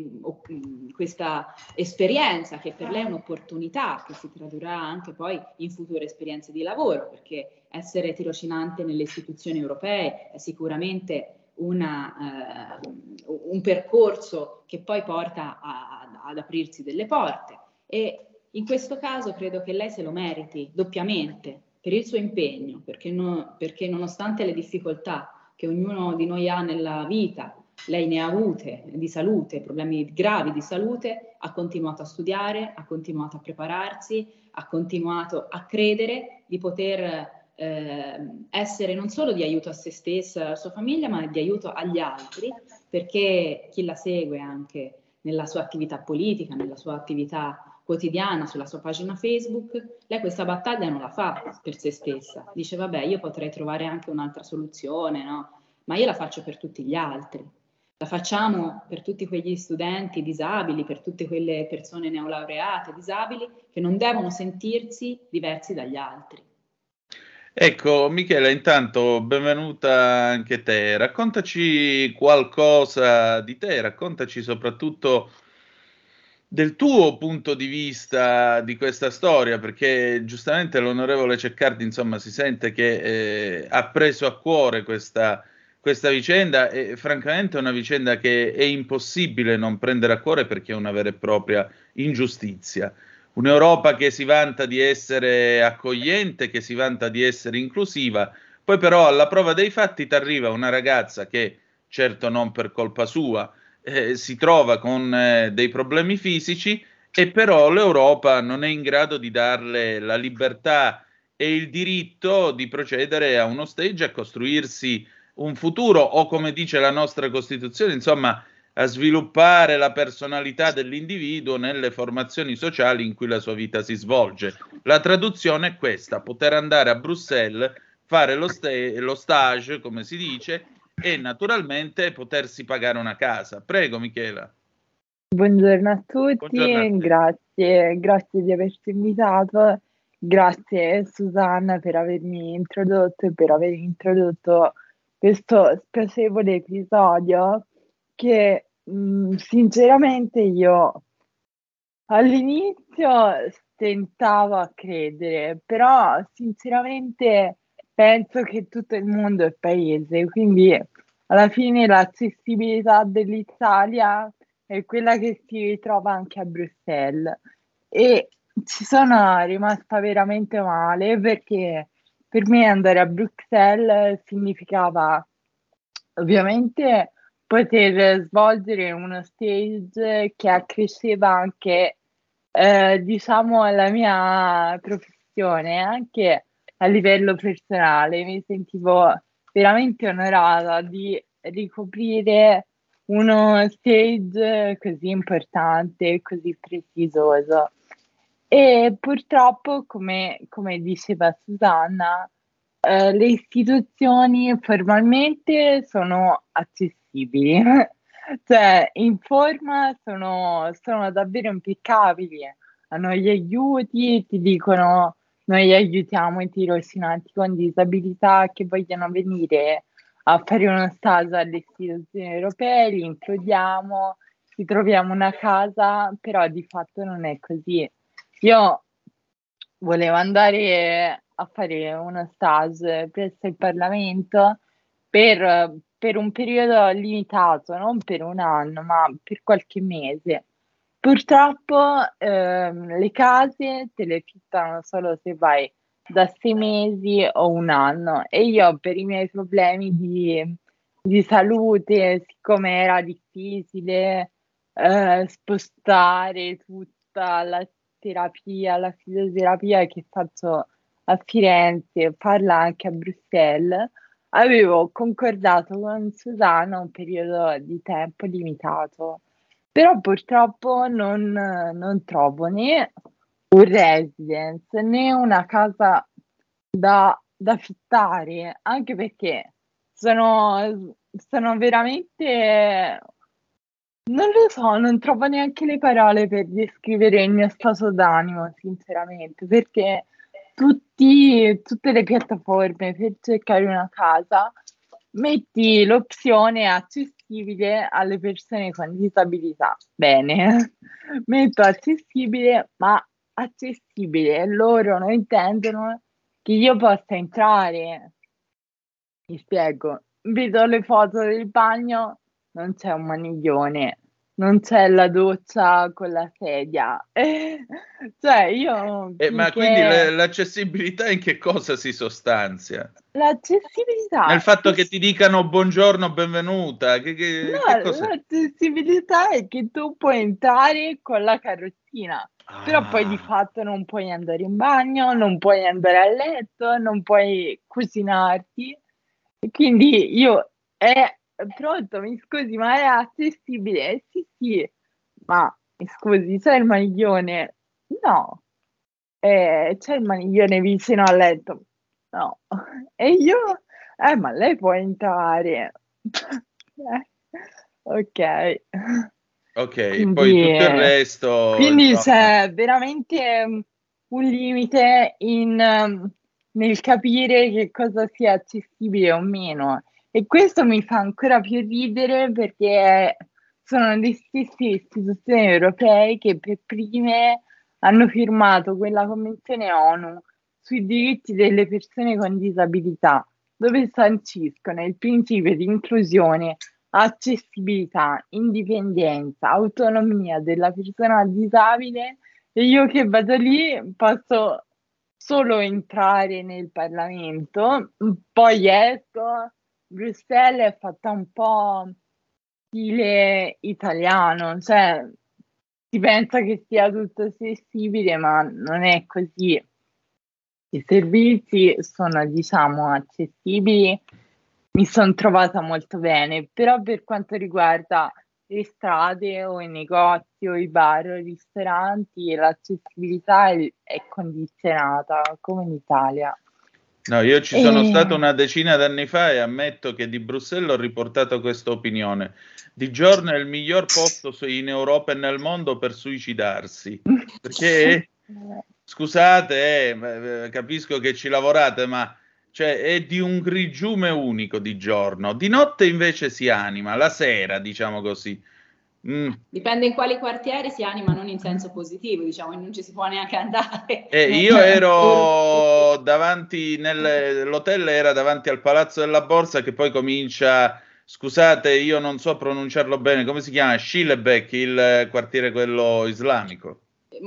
esperienza che per lei è un'opportunità che si tradurrà anche poi in future esperienze di lavoro, perché essere tirocinante nelle istituzioni europee è sicuramente un percorso che poi porta ad aprirsi delle porte, e in questo caso credo che lei se lo meriti doppiamente per il suo impegno, perché nonostante le difficoltà che ognuno di noi ha nella vita, lei ne ha avute di salute, problemi gravi di salute, ha continuato a studiare, ha continuato a prepararsi, ha continuato a credere di poter essere non solo di aiuto a se stessa e alla sua famiglia, ma di aiuto agli altri, perché chi la segue anche nella sua attività politica, nella sua attività quotidiana, sulla sua pagina Facebook, lei questa battaglia non la fa per se stessa. Dice, vabbè, io potrei trovare anche un'altra soluzione, no? Ma io la faccio per tutti gli altri. La facciamo per tutti quegli studenti disabili, per tutte quelle persone neolaureate disabili che non devono sentirsi diversi dagli altri. Ecco, Michela, intanto benvenuta anche te. Raccontaci qualcosa di te, raccontaci soprattutto del tuo punto di vista di questa storia, perché giustamente l'onorevole Ceccardi, insomma, si sente che ha preso a cuore questa vicenda, e francamente è una vicenda che è impossibile non prendere a cuore, perché è una vera e propria ingiustizia. Un'Europa che si vanta di essere accogliente, che si vanta di essere inclusiva, poi però alla prova dei fatti ti arriva una ragazza che, certo non per colpa sua, si trova con dei problemi fisici e però l'Europa non è in grado di darle la libertà e il diritto di procedere a uno stage, a costruirsi un futuro o, come dice la nostra Costituzione, insomma, a sviluppare la personalità dell'individuo nelle formazioni sociali in cui la sua vita si svolge. La traduzione è questa: poter andare a Bruxelles, fare lo stage, come si dice, e naturalmente potersi pagare una casa. Prego, Michela. Buongiorno a tutti, Buongiorno a te. grazie di averci invitato, grazie Susanna per avermi introdotto e per aver introdotto questo spiacevole episodio che sinceramente io all'inizio stentavo a credere, però sinceramente penso che tutto il mondo è paese, quindi alla fine l'accessibilità dell'Italia è quella che si ritrova anche a Bruxelles e ci sono rimasta veramente male perché per me andare a Bruxelles significava ovviamente poter svolgere uno stage che accresceva anche diciamo la mia professione anche a livello personale. Mi sentivo veramente onorata di ricoprire uno stage così importante, così prestigioso. E purtroppo, come diceva Susanna, le istituzioni formalmente sono accessibili, cioè in forma sono davvero impeccabili, hanno gli aiuti, ti dicono noi aiutiamo i tirocinanti con disabilità che vogliono venire a fare uno stage alle istituzioni europee, li includiamo, ci troviamo una casa, però di fatto non è così. Io volevo andare a fare uno stage presso il Parlamento per un periodo limitato, non per un anno, ma per qualche mese. Purtroppo le case te le fittano solo se vai da 6 mesi o un anno e io per i miei problemi di salute, siccome era difficile spostare tutta la terapia, la fisioterapia che faccio a Firenze, farla anche a Bruxelles, avevo concordato con Susanna un periodo di tempo limitato, però purtroppo non trovo né un residence né una casa da affittare, anche perché sono veramente, non lo so, non trovo neanche le parole per descrivere il mio stato d'animo, sinceramente, perché tutte le piattaforme per cercare una casa metti l'opzione accessibile alle persone con disabilità. Bene, metto accessibile, ma accessibile, loro non intendono che io possa entrare. Mi spiego, vedo le foto del bagno, non c'è un maniglione, non c'è la doccia con la sedia. Cioè io Ma quindi l'accessibilità in che cosa si sostanzia? L'accessibilità Nel fatto che ti dicano buongiorno, benvenuta. Che cos'è? L'accessibilità è che tu puoi entrare con la carrozzina, però poi di fatto non puoi andare in bagno, non puoi andare a letto, non puoi cucinarti. E quindi io pronto, mi scusi, ma è accessibile? Sì, ma mi scusi, c'è il maniglione? No, c'è il maniglione vicino al letto? No, e io? Ma lei può entrare. Ok. Ok, Quindi, poi tutto il resto. Quindi insomma. c'è veramente un limite nel capire che cosa sia accessibile o meno. E questo mi fa ancora più ridere perché sono le stesse istituzioni europee che per prime hanno firmato quella convenzione ONU sui diritti delle persone con disabilità, dove sanciscono il principio di inclusione, accessibilità, indipendenza, autonomia della persona disabile, e io che vado lì posso solo entrare nel Parlamento, poi esco. Bruxelles è fatta un po' stile italiano, cioè si pensa che sia tutto accessibile, ma non è così. I servizi sono, diciamo, accessibili, mi sono trovata molto bene, però per quanto riguarda le strade o i negozi o i bar o i ristoranti, l'accessibilità è condizionata, come in Italia. No, io ci sono stato una decina d'anni fa e ammetto che di Bruxelles ho riportato questa opinione. Di giorno è il miglior posto in Europa e nel mondo per suicidarsi, perché scusate, capisco che ci lavorate, ma cioè, è di un grigiume unico di giorno. Di notte invece si anima, la sera, diciamo così. Dipende in quali quartieri si anima, non in senso positivo, diciamo, non ci si può neanche andare. Io ero davanti, l'hotel era davanti al Palazzo della Borsa, che poi comincia, scusate, io non so pronunciarlo bene, come si chiama? Schillebeck, il quartiere quello islamico.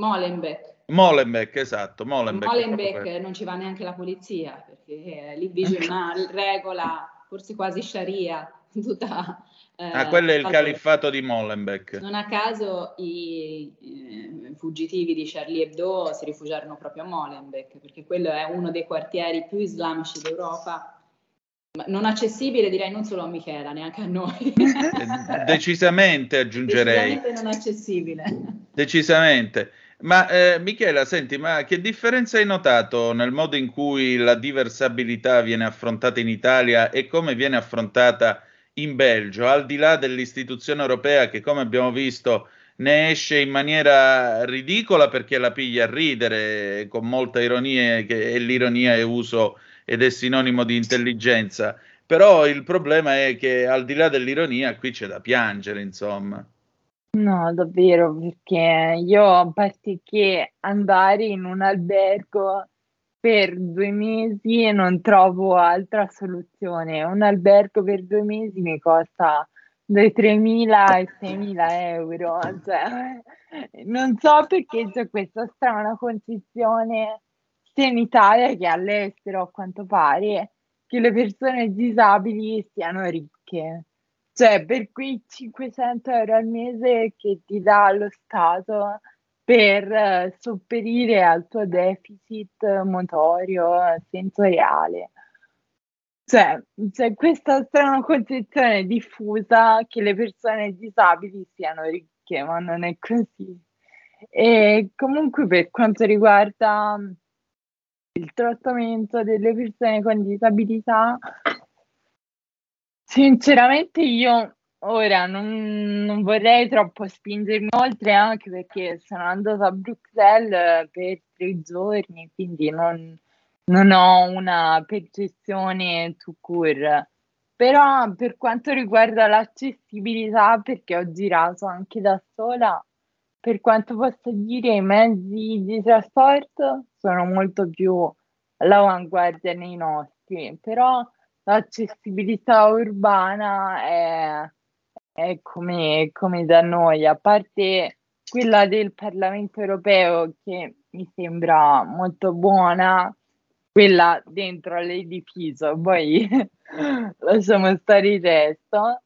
Molenbeek, esatto. Molenbeek non ci va neanche la polizia, perché lì vige una regola, forse quasi sharia, tutta... quello è il califfato di Molenbeek. Non a caso i fuggitivi di Charlie Hebdo si rifugiarono proprio a Molenbeek, perché quello è uno dei quartieri più islamici d'Europa, ma non accessibile, direi, non solo a Michela, neanche a noi. Decisamente, aggiungerei. Decisamente non accessibile. Decisamente. Ma Michela, senti, ma che differenza hai notato nel modo in cui la diversabilità viene affrontata in Italia e come viene affrontata in Belgio, al di là dell'istituzione europea che, come abbiamo visto, ne esce in maniera ridicola perché la piglia a ridere con molta ironia, e l'ironia è uso ed è sinonimo di intelligenza, però il problema è che al di là dell'ironia qui c'è da piangere, insomma. No, davvero, perché io, a parte che andare in un albergo per 2 mesi non trovo altra soluzione. Un albergo per 2 mesi mi costa 3.000 e 6.000 euro. Cioè, non so perché c'è questa strana concezione sia in Italia che all'estero, a quanto pare, che le persone disabili siano ricche. Cioè, per quei 500 euro al mese che ti dà lo Stato per sopperire al tuo deficit motorio, sensoriale. Cioè, c'è questa strana concezione diffusa che le persone disabili siano ricche, ma non è così. E comunque per quanto riguarda il trattamento delle persone con disabilità, sinceramente io ora non vorrei troppo spingermi oltre, anche perché sono andata a Bruxelles per 3 giorni, quindi non ho una percezione tout court. Però per quanto riguarda l'accessibilità, perché ho girato anche da sola, per quanto posso dire i mezzi di trasporto sono molto più all'avanguardia nei nostri, però l'accessibilità urbana è come da noi, a parte quella del Parlamento europeo che mi sembra molto buona, quella dentro all'edificio, poi lasciamo stare il resto.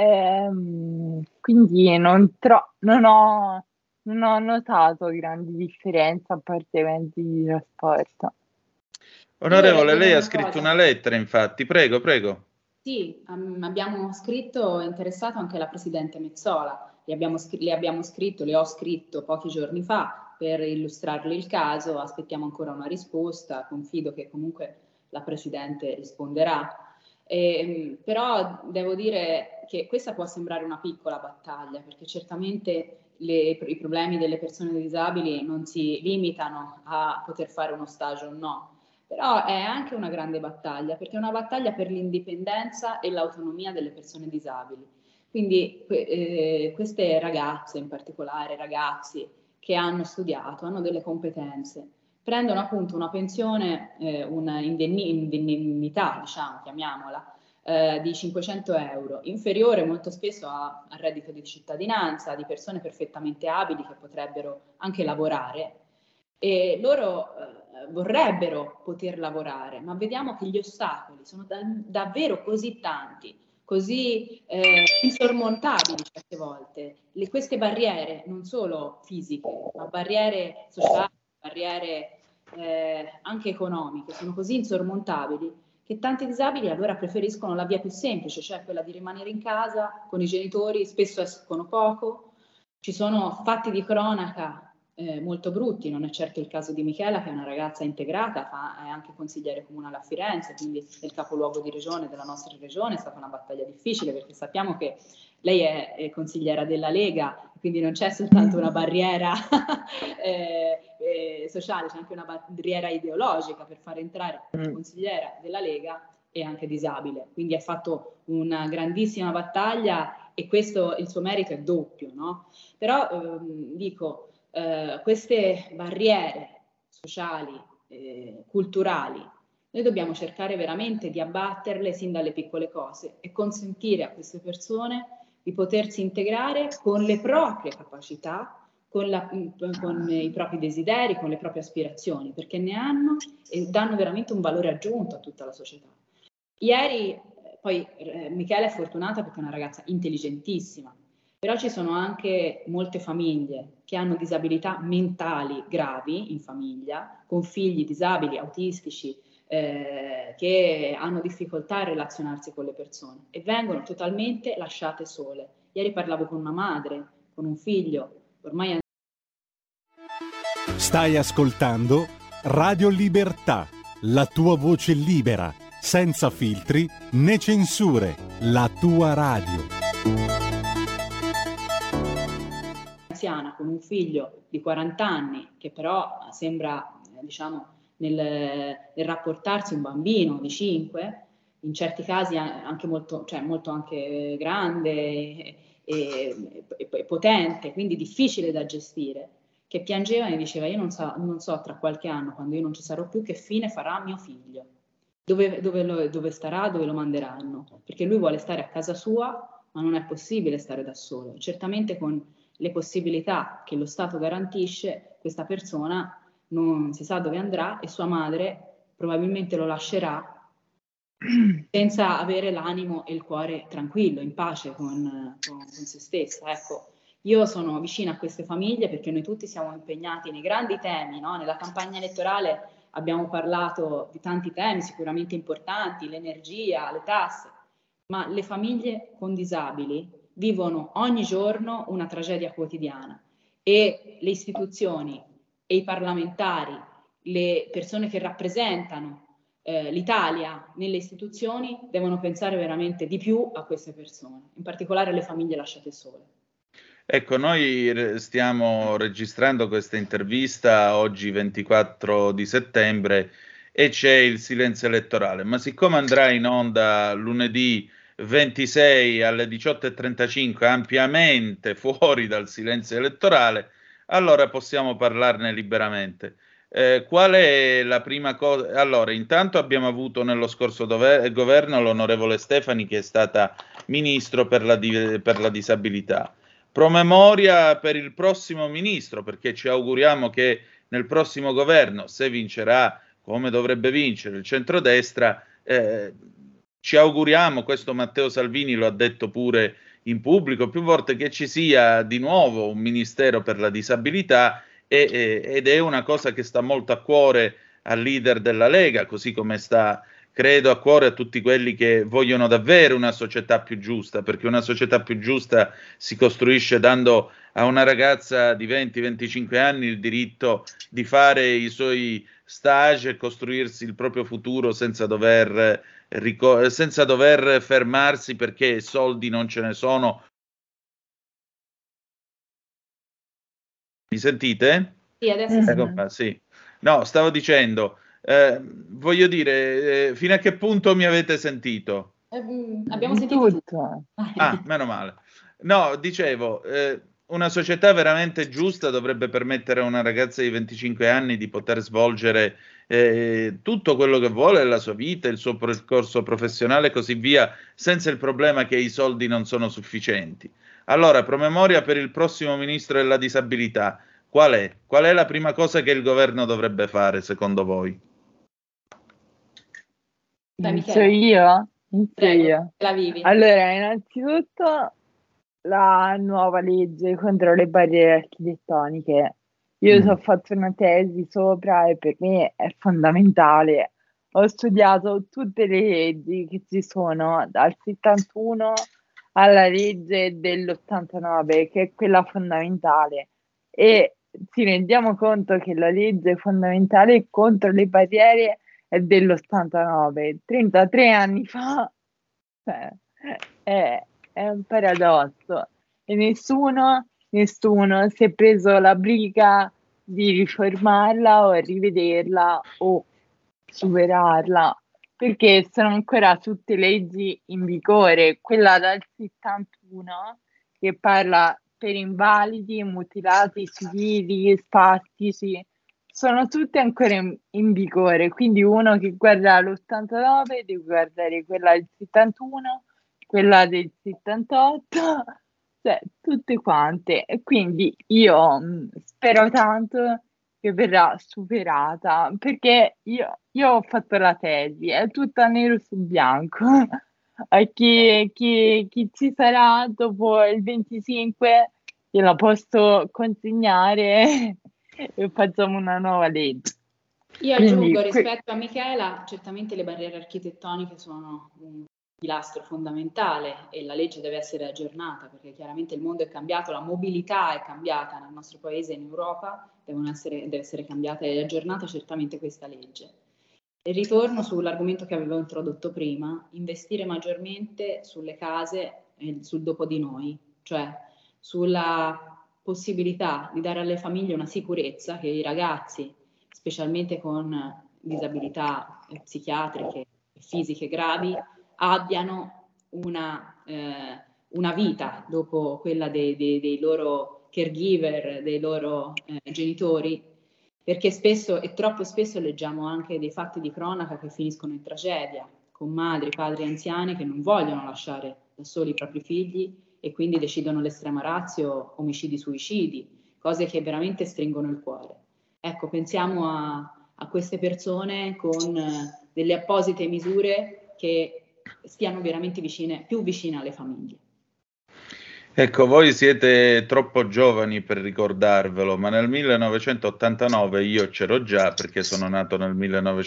Quindi non ho notato grandi differenze a parte i mezzi di trasporto. Onorevole, lei ha scritto una lettera, infatti. Prego. Sì, abbiamo scritto, interessato anche la Presidente Metsola. Le ho scritto pochi giorni fa per illustrarle il caso, aspettiamo ancora una risposta, confido che comunque la Presidente risponderà. Però devo dire che questa può sembrare una piccola battaglia, perché certamente i problemi delle persone disabili non si limitano a poter fare uno stage o no, però è anche una grande battaglia, perché è una battaglia per l'indipendenza e l'autonomia delle persone disabili. Quindi queste ragazze, in particolare ragazzi che hanno studiato, hanno delle competenze, prendono appunto una pensione, una indennità, diciamo, chiamiamola, di 500 euro, inferiore molto spesso al reddito di cittadinanza di persone perfettamente abili che potrebbero anche lavorare, e loro vorrebbero poter lavorare, ma vediamo che gli ostacoli sono davvero così tanti, così insormontabili certe volte. Queste barriere, non solo fisiche, ma barriere sociali, barriere anche economiche, sono così insormontabili che tanti disabili allora preferiscono la via più semplice, cioè quella di rimanere in casa con i genitori, spesso escono poco. Ci sono fatti di cronaca molto brutti, non è certo il caso di Michela, che è una ragazza integrata, è anche consigliere comunale a Firenze, quindi nel capoluogo di regione della nostra regione. È stata una battaglia difficile, perché sappiamo che lei è consigliera della Lega, quindi non c'è soltanto una barriera sociale, c'è anche una barriera ideologica per far entrare una consigliera della Lega e anche disabile. Quindi ha fatto una grandissima battaglia, e questo, il suo merito è doppio, no? Però dico, queste barriere sociali, culturali, noi dobbiamo cercare veramente di abbatterle sin dalle piccole cose e consentire a queste persone di potersi integrare con le proprie capacità, con i propri desideri, con le proprie aspirazioni, perché ne hanno e danno veramente un valore aggiunto a tutta la società. Ieri, poi Michela è fortunata perché è una ragazza intelligentissima, però ci sono anche molte famiglie che hanno disabilità mentali gravi in famiglia, con figli disabili, autistici, che hanno difficoltà a relazionarsi con le persone e vengono totalmente lasciate sole. Ieri parlavo con una madre, con un figlio, ormai... Stai ascoltando Radio Libertà, la tua voce libera, senza filtri né censure, la tua radio. Anziana con un figlio di 40 anni che però sembra, diciamo, nel rapportarsi un bambino di 5, in certi casi anche molto, cioè molto anche grande e potente, quindi difficile da gestire, che piangeva e diceva: io non so tra qualche anno, quando io non ci sarò più, che fine farà mio figlio, dove starà, dove lo manderanno, perché lui vuole stare a casa sua, ma non è possibile stare da solo. Certamente con le possibilità che lo Stato garantisce, questa persona non si sa dove andrà e sua madre probabilmente lo lascerà senza avere l'animo e il cuore tranquillo, in pace con se stessa. Ecco, io sono vicina a queste famiglie perché noi tutti siamo impegnati nei grandi temi, no? Nella campagna elettorale abbiamo parlato di tanti temi sicuramente importanti, l'energia, le tasse, ma le famiglie con disabili vivono ogni giorno una tragedia quotidiana e le istituzioni e i parlamentari, le persone che rappresentano l'Italia nelle istituzioni devono pensare veramente di più a queste persone, in particolare alle famiglie lasciate sole. Ecco, noi stiamo registrando questa intervista oggi 24 di settembre e c'è il silenzio elettorale, ma siccome andrà in onda lunedì 26 alle 18:35 ampiamente fuori dal silenzio elettorale, allora possiamo parlarne liberamente. Qual è la prima cosa? Allora, intanto abbiamo avuto nello scorso governo l'onorevole Stefani, che è stata ministro per la disabilità. Promemoria per il prossimo ministro, perché ci auguriamo che nel prossimo governo, se vincerà come dovrebbe vincere il centrodestra, ci auguriamo, questo Matteo Salvini lo ha detto pure in pubblico più volte, che ci sia di nuovo un ministero per la disabilità, ed è una cosa che sta molto a cuore al leader della Lega, così come sta, credo, a cuore a tutti quelli che vogliono davvero una società più giusta, perché una società più giusta si costruisce dando a una ragazza di 20-25 anni il diritto di fare i suoi stage e costruirsi il proprio futuro senza dover fermarsi perché soldi non ce ne sono. Mi sentite? Sì, adesso sì. Ecco qua, sì. No, stavo dicendo, voglio dire, fino a che punto mi avete sentito? Abbiamo sentito tutto. Ah, meno male. No, dicevo, una società veramente giusta dovrebbe permettere a una ragazza di 25 anni di poter svolgere tutto quello che vuole nella sua vita, il suo percorso professionale e così via, senza il problema che i soldi non sono sufficienti. Allora, promemoria per il prossimo ministro della disabilità. Qual è? Qual è la prima cosa che il governo dovrebbe fare, secondo voi? Penso io? Prego, la vivi. Allora, innanzitutto la nuova legge contro le barriere architettoniche. Io ci ho fatto una tesi sopra e per me è fondamentale. Ho studiato tutte le leggi che ci sono, dal 71 alla legge dell'89, che è quella fondamentale. E ci rendiamo conto che la legge fondamentale contro le barriere è dell'89, 33 anni fa. Cioè, è un paradosso. E nessuno si è preso la briga di riformarla o rivederla o superarla, perché sono ancora tutte leggi in vigore. Quella dal 71 che parla per invalidi, mutilati civili, spastici, sono tutte ancora in vigore, quindi uno che guarda l'89 deve guardare quella del 71, quella del 78, cioè tutte quante. E quindi io spero tanto che verrà superata, perché io ho fatto la tesi, è tutta nero su bianco. A chi ci sarà dopo il 25 gliela posso consegnare e facciamo una nuova legge. Io aggiungo, rispetto a Michela, certamente le barriere architettoniche sono un pilastro fondamentale e la legge deve essere aggiornata, perché chiaramente il mondo è cambiato, la mobilità è cambiata nel nostro paese e in Europa, deve essere cambiata e aggiornata certamente questa legge. E ritorno sull'argomento che avevo introdotto prima: investire maggiormente sulle case e sul dopo di noi, cioè sulla possibilità di dare alle famiglie una sicurezza che i ragazzi, specialmente con disabilità psichiatriche e fisiche gravi, abbiano una vita dopo quella dei loro caregiver, dei loro genitori, perché spesso e troppo spesso leggiamo anche dei fatti di cronaca che finiscono in tragedia, con madri, padri anziani che non vogliono lasciare da soli i propri figli e quindi decidono l'estrema ratio, omicidi, suicidi, cose che veramente stringono il cuore. Ecco, pensiamo a queste persone con delle apposite misure che stiano veramente più vicine alle famiglie. Ecco, voi siete troppo giovani per ricordarvelo, ma nel 1989 io c'ero già, perché sono nato nel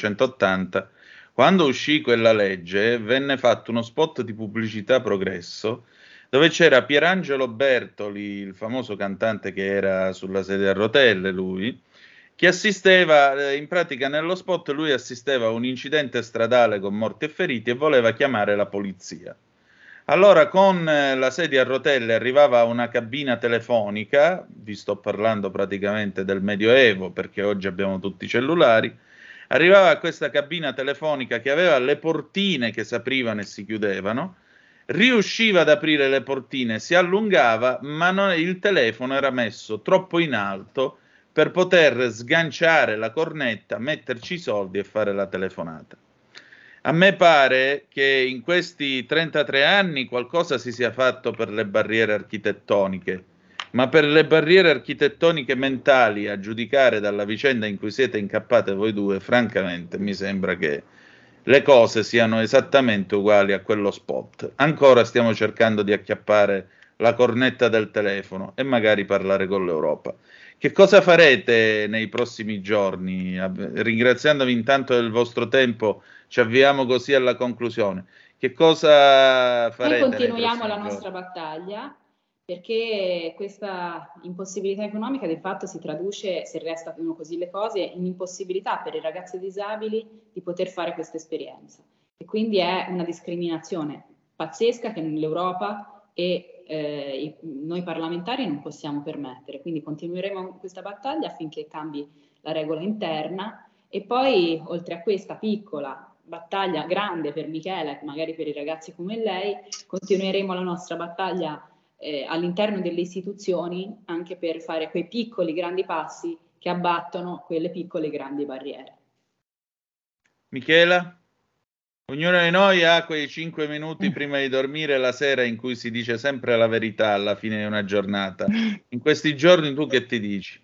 1980, quando uscì quella legge venne fatto uno spot di pubblicità Progresso, dove c'era Pierangelo Bertoli, il famoso cantante che era sulla sedia a rotelle, lui, che assisteva, in pratica nello spot lui assisteva a un incidente stradale con morti e feriti e voleva chiamare la polizia. Allora con la sedia a rotelle arrivava una cabina telefonica, vi sto parlando praticamente del Medioevo perché oggi abbiamo tutti i cellulari, arrivava a questa cabina telefonica che aveva le portine che si aprivano e si chiudevano, riusciva ad aprire le portine, si allungava, ma il telefono era messo troppo in alto per poter sganciare la cornetta, metterci i soldi e fare la telefonata. A me pare che in questi 33 anni qualcosa si sia fatto per le barriere architettoniche, ma per le barriere architettoniche mentali, a giudicare dalla vicenda in cui siete incappate voi due, francamente mi sembra che le cose siano esattamente uguali a quello spot. Ancora stiamo cercando di acchiappare la cornetta del telefono e magari parlare con l'Europa. Che cosa farete nei prossimi giorni? Ringraziandovi intanto del vostro tempo, ci avviamo così alla conclusione. Che cosa farete? Noi continuiamo la nostra battaglia, perché questa impossibilità economica di fatto si traduce, se restano così le cose, in impossibilità per i ragazzi disabili di poter fare questa esperienza. E quindi è una discriminazione pazzesca che l'Europa e noi parlamentari non possiamo permettere, quindi continueremo questa battaglia affinché cambi la regola interna. E poi, oltre a questa piccola battaglia grande per Michela e magari per i ragazzi come lei, continueremo la nostra battaglia all'interno delle istituzioni, anche per fare quei piccoli grandi passi che abbattono quelle piccole grandi barriere. Michela? Ognuno di noi ha quei 5 minuti prima di dormire la sera in cui si dice sempre la verità alla fine di una giornata. In questi giorni tu che ti dici?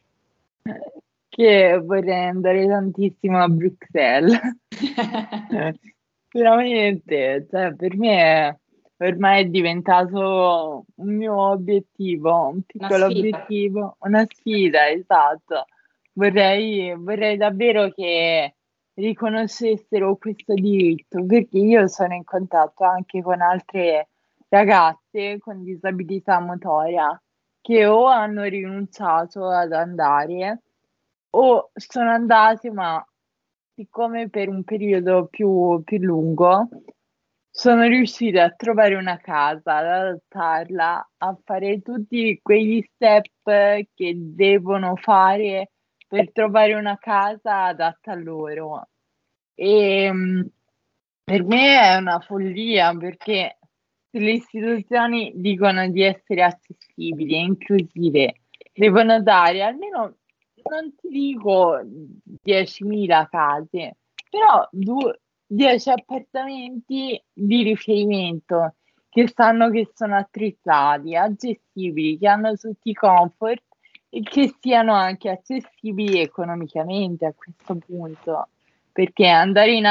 Che vorrei andare tantissimo a Bruxelles. veramente, cioè, per me ormai è diventato un mio obiettivo, un piccolo obiettivo, una sfida, esatto. Vorrei davvero che riconoscessero questo diritto, perché io sono in contatto anche con altre ragazze con disabilità motoria che o hanno rinunciato ad andare o sono andate, ma siccome per un periodo più lungo sono riuscite a trovare una casa, ad adattarla, a fare tutti quegli step che devono fare per trovare una casa adatta a loro. E per me è una follia, perché se le istituzioni dicono di essere accessibili e inclusive, devono dare almeno, non ti dico 10.000 case, però 10 appartamenti di riferimento che sanno che sono attrezzati, accessibili, che hanno tutti i comfort e che siano anche accessibili economicamente a questo punto, perché andare in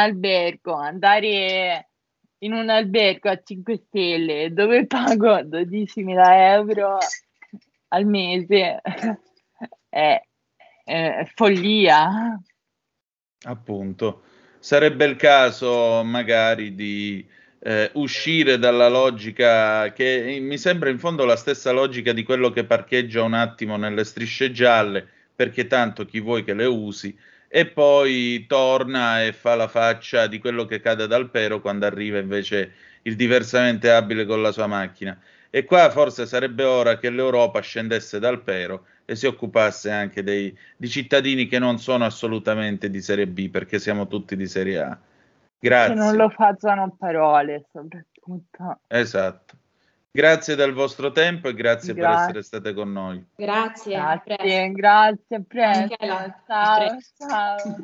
un albergo a 5 stelle dove pago 12.000 euro al mese è follia. Appunto, sarebbe il caso magari di uscire dalla logica che mi sembra in fondo la stessa logica di quello che parcheggia un attimo nelle strisce gialle, perché tanto chi vuoi che le usi, e poi torna e fa la faccia di quello che cade dal pero quando arriva invece il diversamente abile con la sua macchina. E qua forse sarebbe ora che l'Europa scendesse dal pero e si occupasse anche di cittadini che non sono assolutamente di serie B, perché siamo tutti di serie A. Grazie. Che non lo facciano a parole, soprattutto. Esatto. Grazie del vostro tempo e grazie per essere state con noi. Grazie, grazie, a presto. Ciao.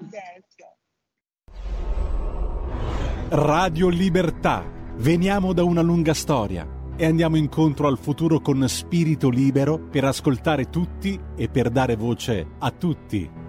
Radio Libertà. Veniamo da una lunga storia e andiamo incontro al futuro con spirito libero per ascoltare tutti e per dare voce a tutti.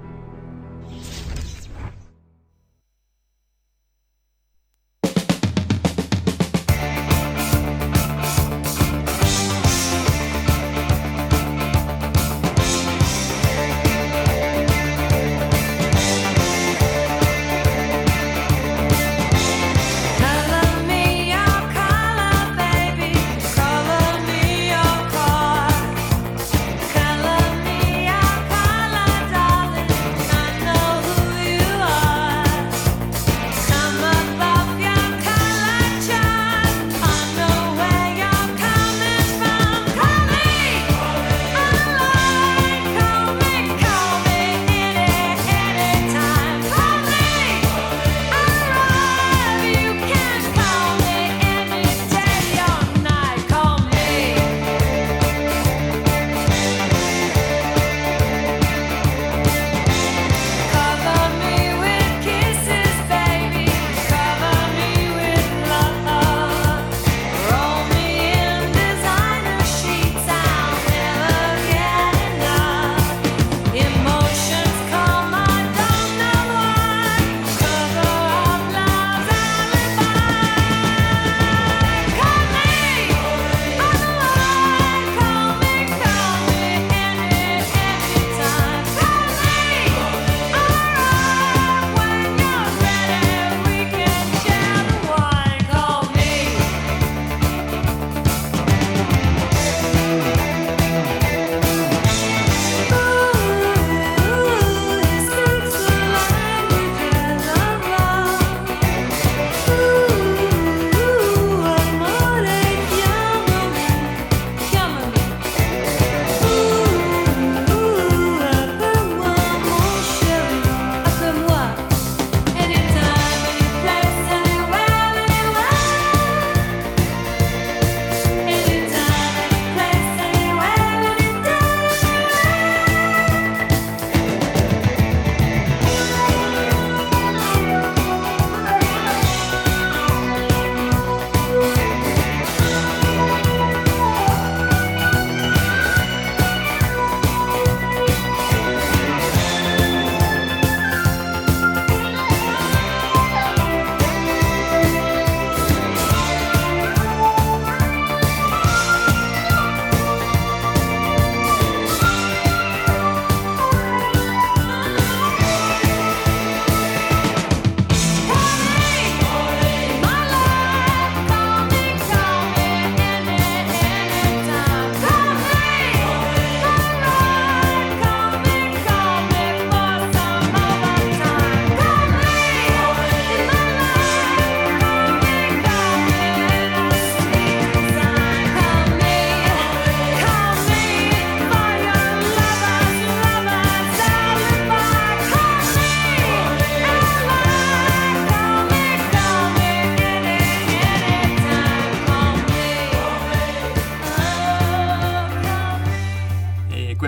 Darling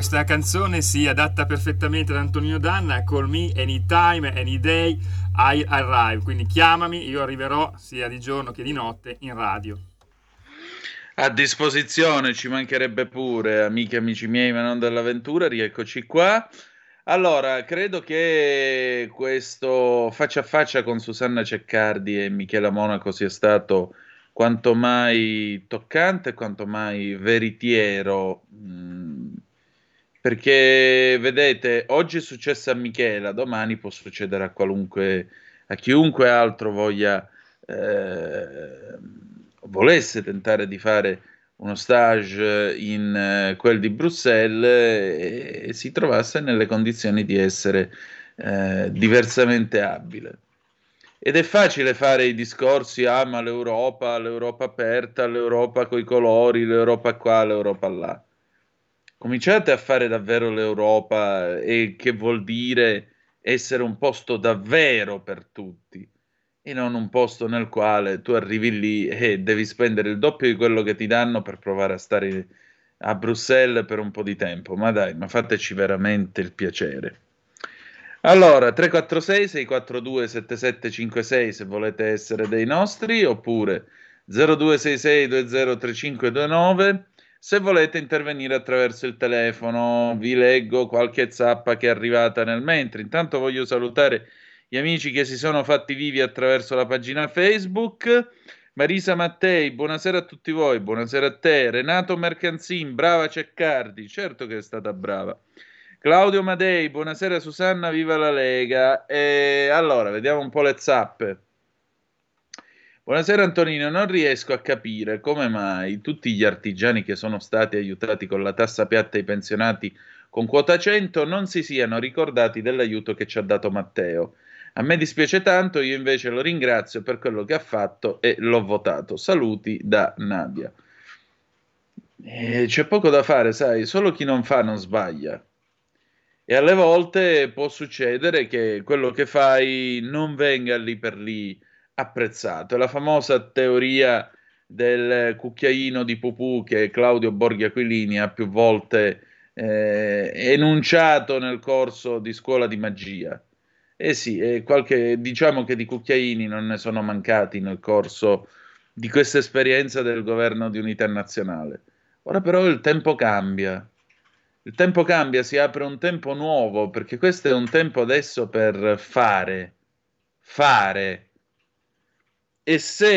questa canzone si adatta perfettamente ad Antonino Danna. Call me anytime, any day, I arrive. Quindi chiamami, io arriverò sia di giorno che di notte in radio. A disposizione, ci mancherebbe pure, amiche e amici miei, ma non dell'avventura, rieccoci qua. Allora, credo che questo faccia a faccia con Susanna Ceccardi e Michela Monaco sia stato quanto mai toccante, quanto mai veritiero, perché vedete, oggi è successo a Michela, domani può succedere a chiunque altro volesse tentare di fare uno stage in quel di Bruxelles e si trovasse nelle condizioni di essere diversamente abile. Ed è facile fare i discorsi, ma l'Europa aperta, l'Europa coi colori, l'Europa qua, l'Europa là. Cominciate a fare davvero l'Europa, e che vuol dire essere un posto davvero per tutti, e non un posto nel quale tu arrivi lì e devi spendere il doppio di quello che ti danno per provare a stare a Bruxelles per un po' di tempo. Ma dai, ma fateci veramente il piacere. Allora, 346-642-7756 se volete essere dei nostri, oppure 0266203529 se volete intervenire attraverso il telefono. Vi leggo qualche zappa che è arrivata nel mentre. Intanto voglio salutare gli amici che si sono fatti vivi attraverso la pagina Facebook. Marisa Mattei, buonasera a tutti voi, buonasera a te. Renato Mercanzin, brava Ceccardi, certo che è stata brava. Claudio Madei, buonasera Susanna, viva la Lega. Allora, vediamo un po' le zappe. Buonasera Antonino, non riesco a capire come mai tutti gli artigiani che sono stati aiutati con la tassa piatta ai pensionati con quota 100 non si siano ricordati dell'aiuto che ci ha dato Matteo. A me dispiace tanto, io invece lo ringrazio per quello che ha fatto e l'ho votato. Saluti da Nadia. C'è poco da fare, sai, solo chi non fa non sbaglia. E alle volte può succedere che quello che fai non venga lì per lì apprezzato. È la famosa teoria del cucchiaino di pupù che Claudio Borghi Aquilini ha più volte enunciato nel corso di scuola di magia. Sì, diciamo che di cucchiaini non ne sono mancati nel corso di questa esperienza del governo di unità nazionale. Ora però il tempo cambia. Il tempo cambia, si apre un tempo nuovo, perché questo è un tempo adesso per fare. E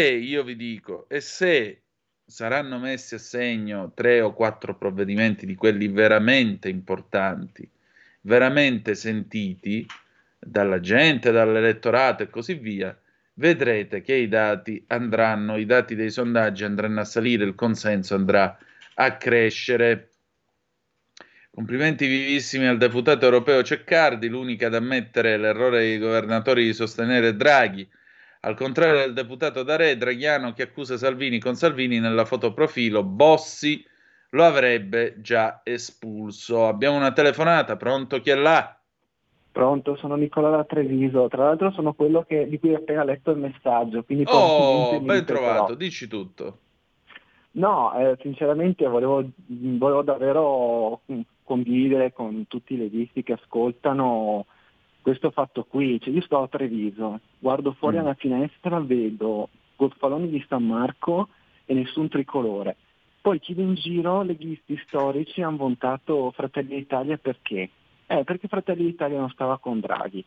se saranno messi a segno 3 o 4 provvedimenti di quelli veramente importanti, veramente sentiti dalla gente, dall'elettorato e così via, vedrete che i dati dei sondaggi andranno a salire, il consenso andrà a crescere. Complimenti vivissimi al deputato europeo Ceccardi, l'unica ad ammettere l'errore dei governatori di sostenere Draghi. Al contrario del deputato D'Arè, Draghiano che accusa Salvini con Salvini nella fotoprofilo, Bossi lo avrebbe già espulso. Abbiamo una telefonata, pronto? Chi è là? Pronto, sono Nicola da Treviso, tra l'altro sono quello di cui ho appena letto il messaggio. Quindi ben trovato, dici tutto. No, sinceramente volevo davvero condividere con tutti i leghisti che ascoltano questo fatto qui. Cioè, io sto a Treviso, guardo fuori alla finestra, vedo gonfaloni di San Marco e nessun tricolore. Poi chiedo in giro, leghisti storici hanno votato Fratelli d'Italia perché? Perché Fratelli d'Italia non stava con Draghi.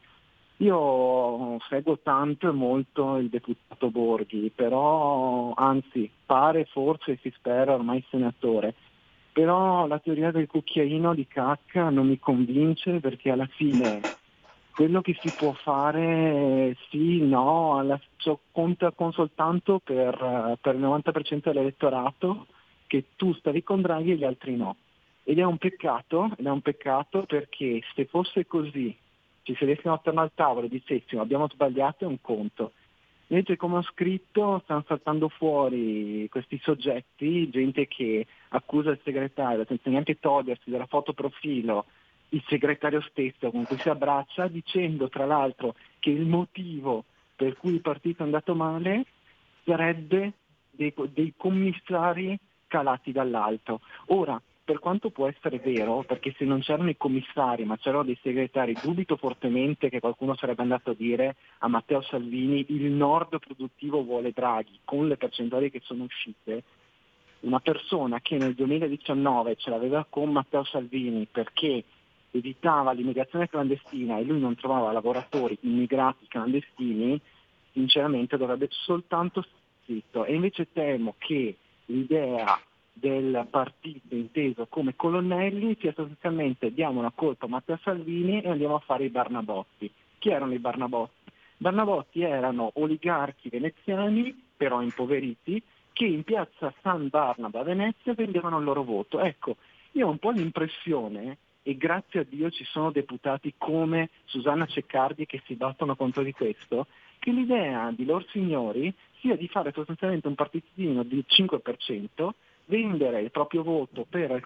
Io seguo tanto e molto il deputato Borghi, però anzi pare, forse si spera, ormai senatore, però la teoria del cucchiaino di cacca non mi convince, perché alla fine quello che si può fare sì, no, conta soltanto per il 90% dell'elettorato che tu stavi con Draghi e gli altri no. Ed è un peccato perché se fosse così, ci sedessimo attorno al tavolo e dicessimo abbiamo sbagliato, è un conto. Invece, come ho scritto, stanno saltando fuori questi soggetti, gente che accusa il segretario senza neanche togliersi dalla fotoprofilo il segretario stesso con cui si abbraccia, dicendo tra l'altro che il motivo per cui il partito è andato male sarebbe dei commissari calati dall'alto. Ora, per quanto può essere vero, perché se non c'erano i commissari ma c'erano dei segretari, dubito fortemente che qualcuno sarebbe andato a dire a Matteo Salvini il nord produttivo vuole Draghi, con le percentuali che sono uscite. Una persona che nel 2019 ce l'aveva con Matteo Salvini perché evitava l'immigrazione clandestina e lui non trovava lavoratori immigrati clandestini, sinceramente dovrebbe soltanto stare zitto. E invece temo che l'idea del partito inteso come colonnelli sia sostanzialmente diamo una colpa a Matteo Salvini e andiamo a fare i Barnabotti. Chi erano i Barnabotti? Barnabotti erano oligarchi veneziani, però impoveriti, che in piazza San Barnaba a Venezia vendevano il loro voto. Ecco, io ho un po' l'impressione, e grazie a Dio ci sono deputati come Susanna Ceccardi che si battono contro di questo, che l'idea di lor signori sia di fare sostanzialmente un partitino di 5%, vendere il proprio voto per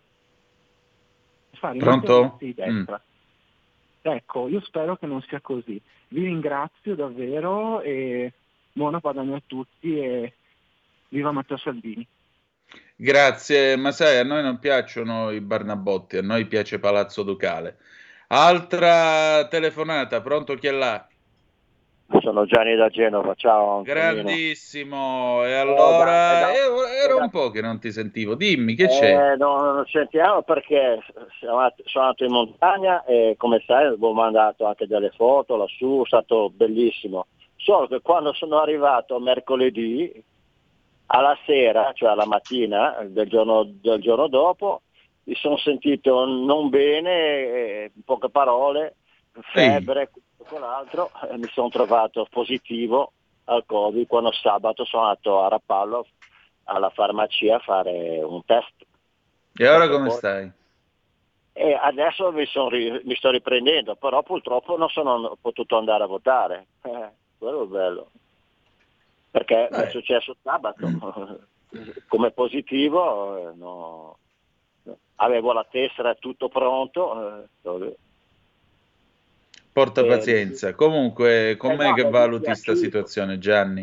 fare Pronto? di destra. Ecco, io spero che non sia così. Vi ringrazio davvero e buona Padania a tutti e viva Matteo Salvini. Grazie, ma sai, a noi non piacciono i Barnabotti, a noi piace Palazzo Ducale. Altra telefonata, pronto, chi è là? Sono Gianni da Genova, ciao Antonino. Grandissimo, e allora era un po' che non ti sentivo, dimmi che c'è? No, non sentiamo perché sono andato in montagna e come sai avevo mandato anche delle foto lassù, è stato bellissimo, solo che quando sono arrivato mercoledì alla sera, cioè alla mattina del giorno dopo, mi sono sentito non bene, in poche parole, febbre, quell'altro, e mi sono trovato positivo al Covid quando sabato sono andato a Rapallo alla farmacia a fare un test. E ora come stai? E adesso mi sto riprendendo, però purtroppo non sono potuto andare a votare. Quello è bello. Perché è successo sabato. Come positivo no. Avevo la tessera tutto pronto. Porta pazienza. Comunque, com'è che valuti questa situazione, Gianni?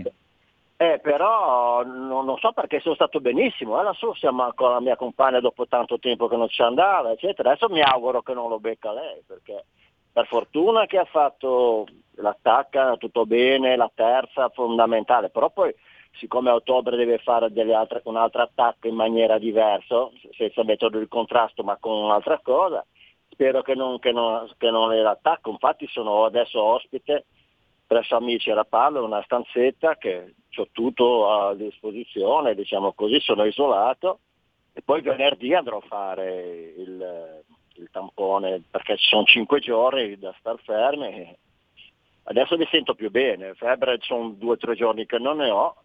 Però non so perché sono stato benissimo. Lassù siamo con la mia compagna dopo tanto tempo che non ci andava, eccetera. Adesso mi auguro che non lo becca lei, perché per fortuna che ha fatto l'attacca tutto bene, la terza fondamentale, però poi siccome a ottobre deve fare un altro attacco in maniera diversa, senza metodo di contrasto ma con un'altra cosa, spero che non è l'attacco. Infatti sono adesso ospite presso amici a Rapallo, una stanzetta che ho tutto a disposizione, diciamo così, sono isolato e poi venerdì andrò a fare il tampone perché ci sono 5 giorni da star fermi. Adesso mi sento più bene, febbre sono 2 o 3 giorni che non ne ho,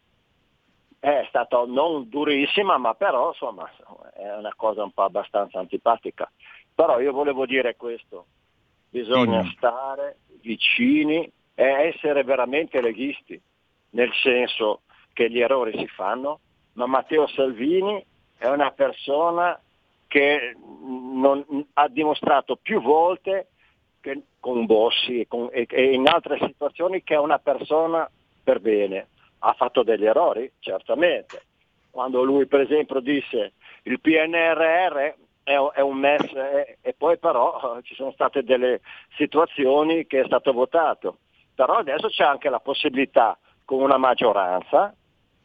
è stata non durissima ma però insomma è una cosa un po' abbastanza antipatica. Però io volevo dire questo, bisogna stare vicini e essere veramente leghisti, nel senso che gli errori si fanno, ma Matteo Salvini è una persona che ha dimostrato più volte che con Bossi e in altre situazioni che è una persona per bene. Ha fatto degli errori, certamente. Quando lui per esempio disse il PNRR è un mess e poi però ci sono state delle situazioni che è stato votato. Però adesso c'è anche la possibilità con una maggioranza,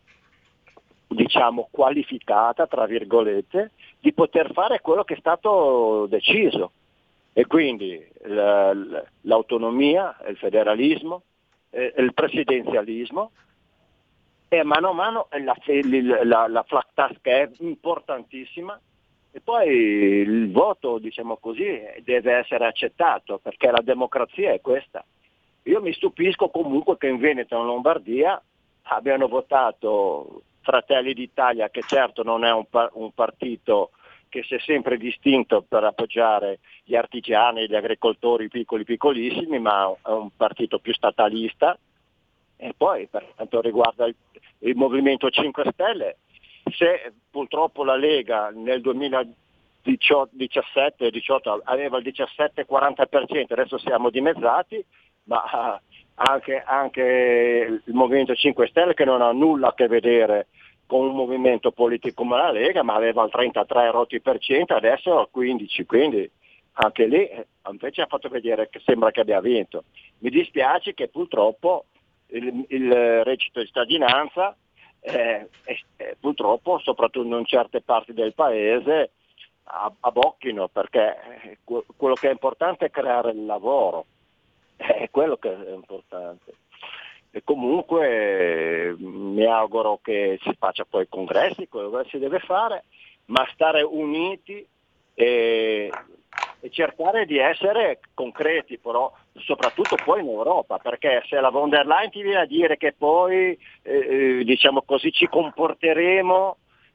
diciamo qualificata, tra virgolette, di poter fare quello che è stato deciso. E quindi l'autonomia, il federalismo, il presidenzialismo e mano a mano la flat tax che è importantissima e poi il voto, diciamo così, deve essere accettato perché la democrazia è questa. Io mi stupisco comunque che in Veneto e in Lombardia abbiano votato Fratelli d'Italia, che certo non è un partito che si è sempre distinto per appoggiare gli artigiani, gli agricoltori piccoli piccolissimi, ma è un partito più statalista. E poi per quanto riguarda il Movimento 5 Stelle, se purtroppo la Lega nel 2017-18 aveva il 17-40%, adesso siamo dimezzati, ma anche il Movimento 5 Stelle che non ha nulla a che vedere con un movimento politico come la Lega, ma aveva il 33%, adesso al 15%, quindi anche lì invece ha fatto vedere che sembra che abbia vinto. Mi dispiace che purtroppo il reddito di cittadinanza purtroppo, soprattutto in certe parti del paese, abbocchino, perché quello che è importante è creare il lavoro, è quello che è importante. E comunque mi auguro che si faccia poi congressi, quello che si deve fare, ma stare uniti e cercare di essere concreti, però soprattutto poi in Europa, perché se la von der Leyen ti viene a dire che poi diciamo così ci comporteremo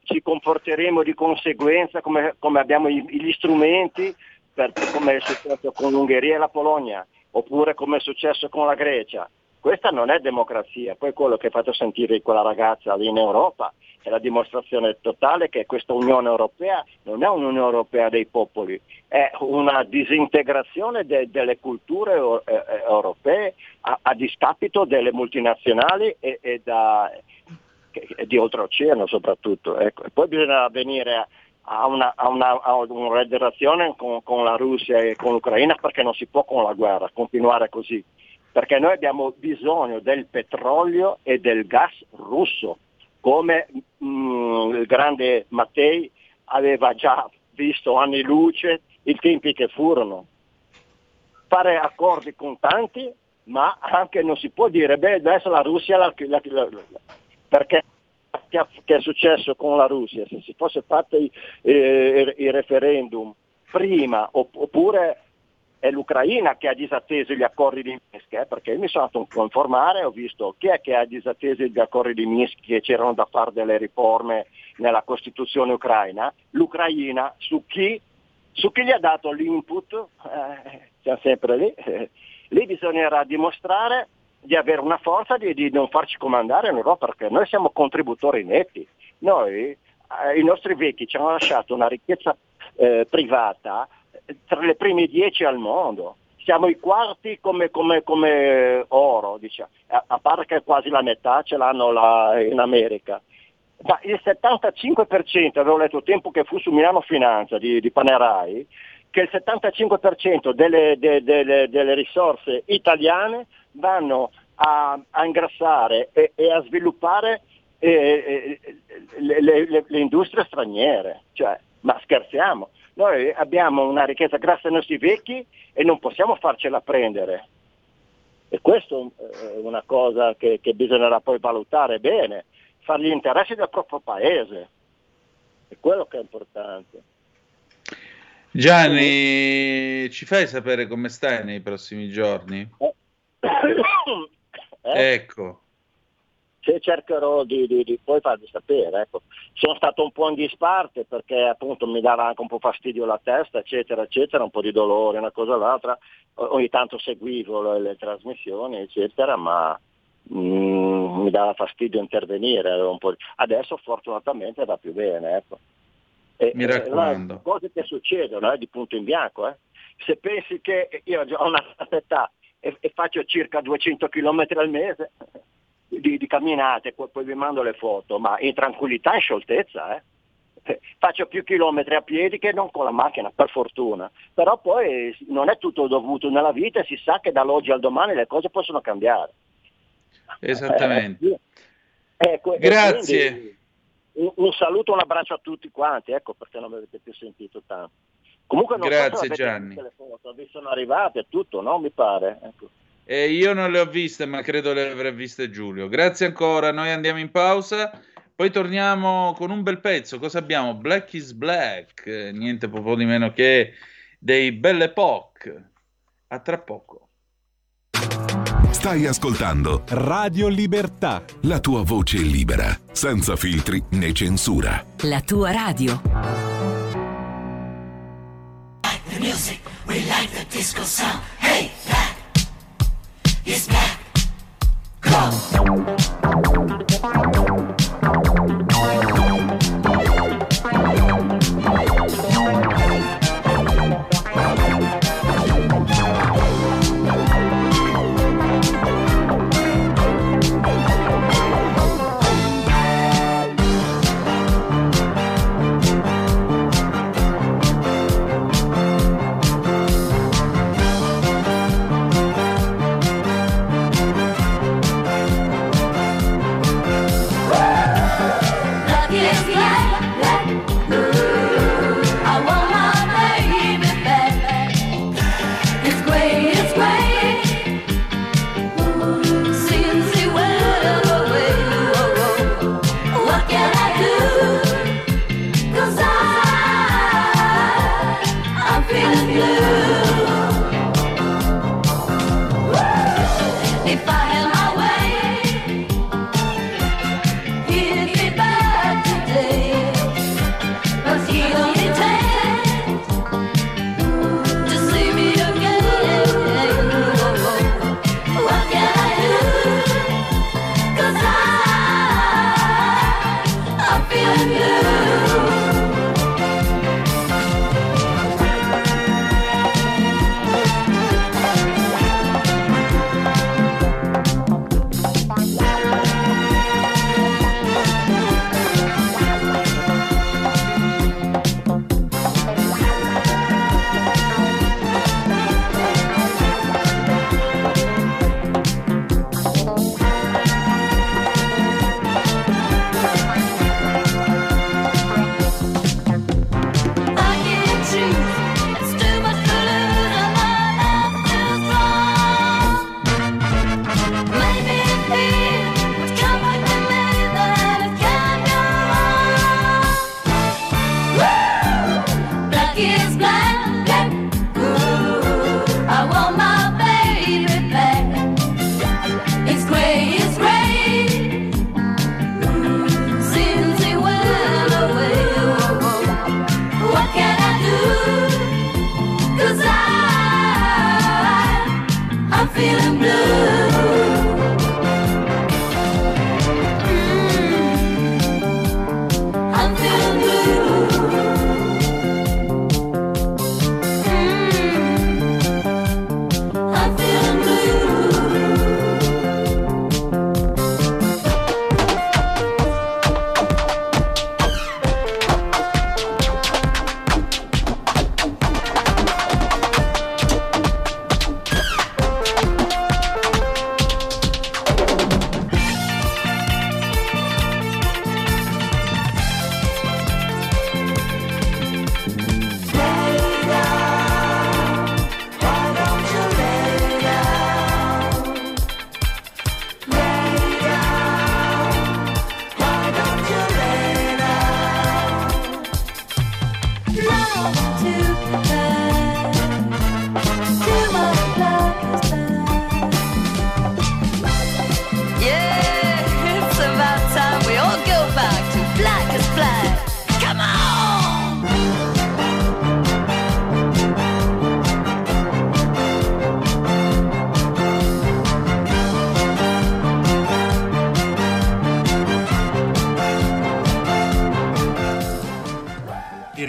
di conseguenza come abbiamo gli strumenti, come è successo con l'Ungheria e la Polonia, oppure come è successo con la Grecia. Questa non è democrazia. Poi quello che ha fatto sentire quella ragazza lì in Europa è la dimostrazione totale che questa Unione Europea non è un'Unione Europea dei popoli, è una disintegrazione delle culture europee a discapito delle multinazionali e di oltreoceano soprattutto. Ecco. E poi bisogna venire a una relazione con la Russia e con l'Ucraina, perché non si può con la guerra continuare così. Perché noi abbiamo bisogno del petrolio e del gas russo, come il grande Mattei aveva già visto anni luce i tempi che furono. Fare accordi con tanti, ma anche non si può dire, adesso la Russia, perché che è successo con la Russia, se si fosse fatto i referendum prima, oppure è l'Ucraina che ha disatteso gli accordi di Minsk, perché io mi sono andato a informare, ho visto chi è che ha disatteso gli accordi di Minsk, che c'erano da fare delle riforme nella Costituzione ucraina. L'Ucraina su chi gli ha dato l'input, siamo sempre lì, lì bisognerà dimostrare di avere una forza di non farci comandare in Europa, perché noi siamo contributori netti. Noi, i nostri vecchi ci hanno lasciato una ricchezza privata tra le prime 10 al mondo, siamo i quarti come oro, diciamo, a parte che quasi la metà ce l'hanno in America, ma il 75%, avevo letto tempo che fu su Milano Finanza di Panerai, che il 75% delle risorse italiane vanno a ingrassare e a sviluppare le industrie straniere, cioè, ma scherziamo? Noi abbiamo una ricchezza grazie ai nostri vecchi e non possiamo farcela prendere. E questo è una cosa che bisognerà poi valutare bene, fare gli interessi del proprio paese. È quello che è importante. Gianni, ci fai sapere come stai nei prossimi giorni? Ecco. Se cercherò di poi farvi sapere, ecco. Sono stato un po' in disparte perché appunto mi dava anche un po' fastidio la testa, eccetera, eccetera, un po' di dolore, una cosa o l'altra. Ogni tanto seguivo le trasmissioni, eccetera, ma mi dava fastidio intervenire. Adesso fortunatamente va più bene, ecco. Mi raccomando. Cose che succedono di punto in bianco. Se pensi che io ho una certa età e faccio circa 200 km al mese di camminate, poi vi mando le foto, ma in tranquillità e scioltezza. Faccio più chilometri a piedi che non con la macchina, per fortuna. Però poi non è tutto dovuto nella vita e si sa che dall'oggi al domani le cose possono cambiare. Esattamente. Grazie. Quindi, un saluto, un abbraccio a tutti quanti, ecco perché non mi avete più sentito tanto. Comunque non grazie so se Gianni. Le foto, vi sono arrivate e tutto, no? Mi pare. Ecco. Io non le ho viste, ma credo le avrà viste Giulio. Grazie ancora, noi andiamo in pausa, poi torniamo con un bel pezzo. Cosa abbiamo? Black is Black, niente proprio di meno che dei Belle Époque. A tra poco. Stai ascoltando Radio Libertà, la tua voce libera, senza filtri né censura. La tua radio. Like the music, we like the disco sound. Hey, black is black. Go.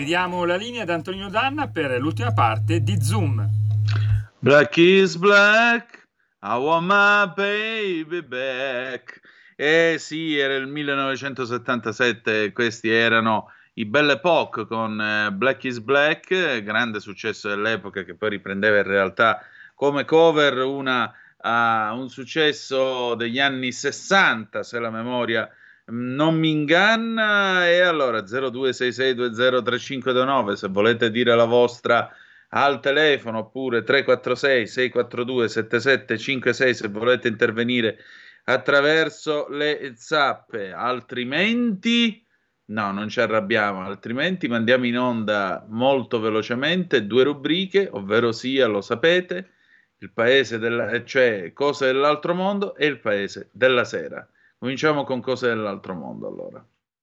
ridiamo la linea ad Antonino Danna per l'ultima parte di Zoom. Black is black, I want my baby back. Sì, era il 1977, questi erano i Belle Époque con Black is Black, grande successo dell'epoca che poi riprendeva in realtà come cover un successo degli anni 60, se la memoria non mi inganna. E allora 0266203529 se volete dire la vostra al telefono, oppure 346 642 7756 se volete intervenire attraverso le zappe, altrimenti no, non ci arrabbiamo, altrimenti mandiamo in onda molto velocemente 2 rubriche, ovvero sia, lo sapete, il paese cioè cose dell'altro mondo e il paese della sera. Cominciamo con cose dell'altro mondo, allora.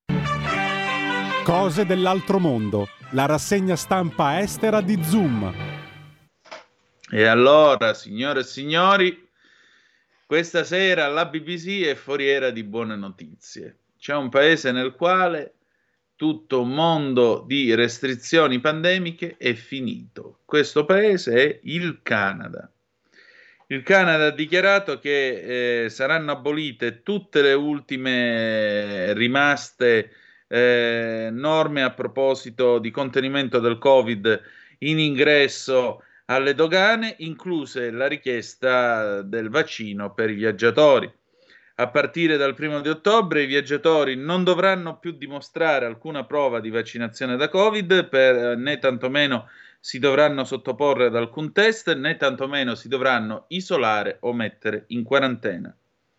Cose dell'altro mondo, la rassegna stampa estera di Zoom. E allora, signore e signori, questa sera la BBC è foriera di buone notizie. C'è un paese nel quale tutto un mondo di restrizioni pandemiche è finito. Questo paese è il Canada. Il Canada ha dichiarato che saranno abolite tutte le ultime rimaste norme a proposito di contenimento del Covid in ingresso alle dogane, incluse la richiesta del vaccino per i viaggiatori. A partire dal 1 di ottobre i viaggiatori non dovranno più dimostrare alcuna prova di vaccinazione da Covid, né tantomeno si dovranno sottoporre ad alcun test, né tantomeno si dovranno isolare o mettere in quarantena.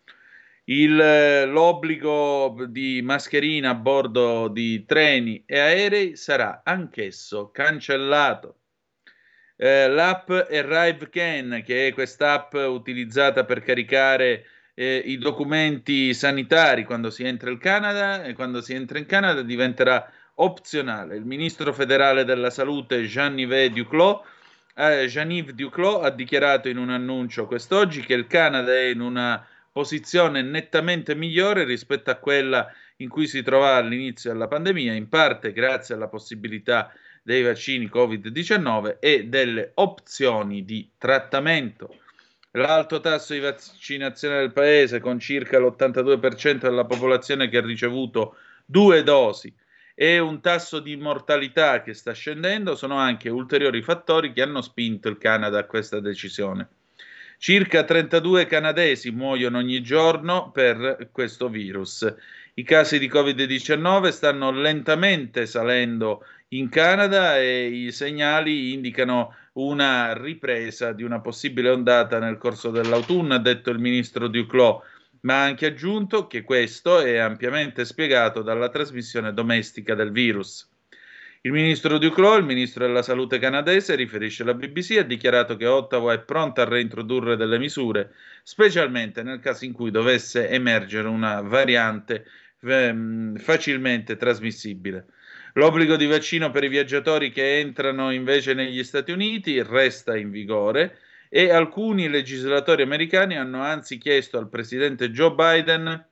L'obbligo di mascherina a bordo di treni e aerei sarà anch'esso cancellato. L'app ArriveCan, che è quest'app utilizzata per caricare i documenti sanitari quando si entra in Canada, e quando si entra in Canada diventerà opzionale. Il ministro federale della salute Jean-Yves Duclos ha dichiarato in un annuncio quest'oggi che il Canada è in una posizione nettamente migliore rispetto a quella in cui si trovava all'inizio della pandemia, in parte grazie alla possibilità dei vaccini Covid-19 e delle opzioni di trattamento. L'alto tasso di vaccinazione del paese, con circa l'82% della popolazione che ha ricevuto 2 dosi, e un tasso di mortalità che sta scendendo, sono anche ulteriori fattori che hanno spinto il Canada a questa decisione. Circa 32 canadesi muoiono ogni giorno per questo virus. I casi di Covid-19 stanno lentamente salendo in Canada e i segnali indicano una ripresa di una possibile ondata nel corso dell'autunno, ha detto il ministro Duclos, ma ha anche aggiunto che questo è ampiamente spiegato dalla trasmissione domestica del virus. Il ministro Duclos, il ministro della salute canadese, riferisce alla BBC, ha dichiarato che Ottawa è pronta a reintrodurre delle misure, specialmente nel caso in cui dovesse emergere una variante facilmente trasmissibile. L'obbligo di vaccino per i viaggiatori che entrano invece negli Stati Uniti resta in vigore e alcuni legislatori americani hanno anzi chiesto al presidente Joe Biden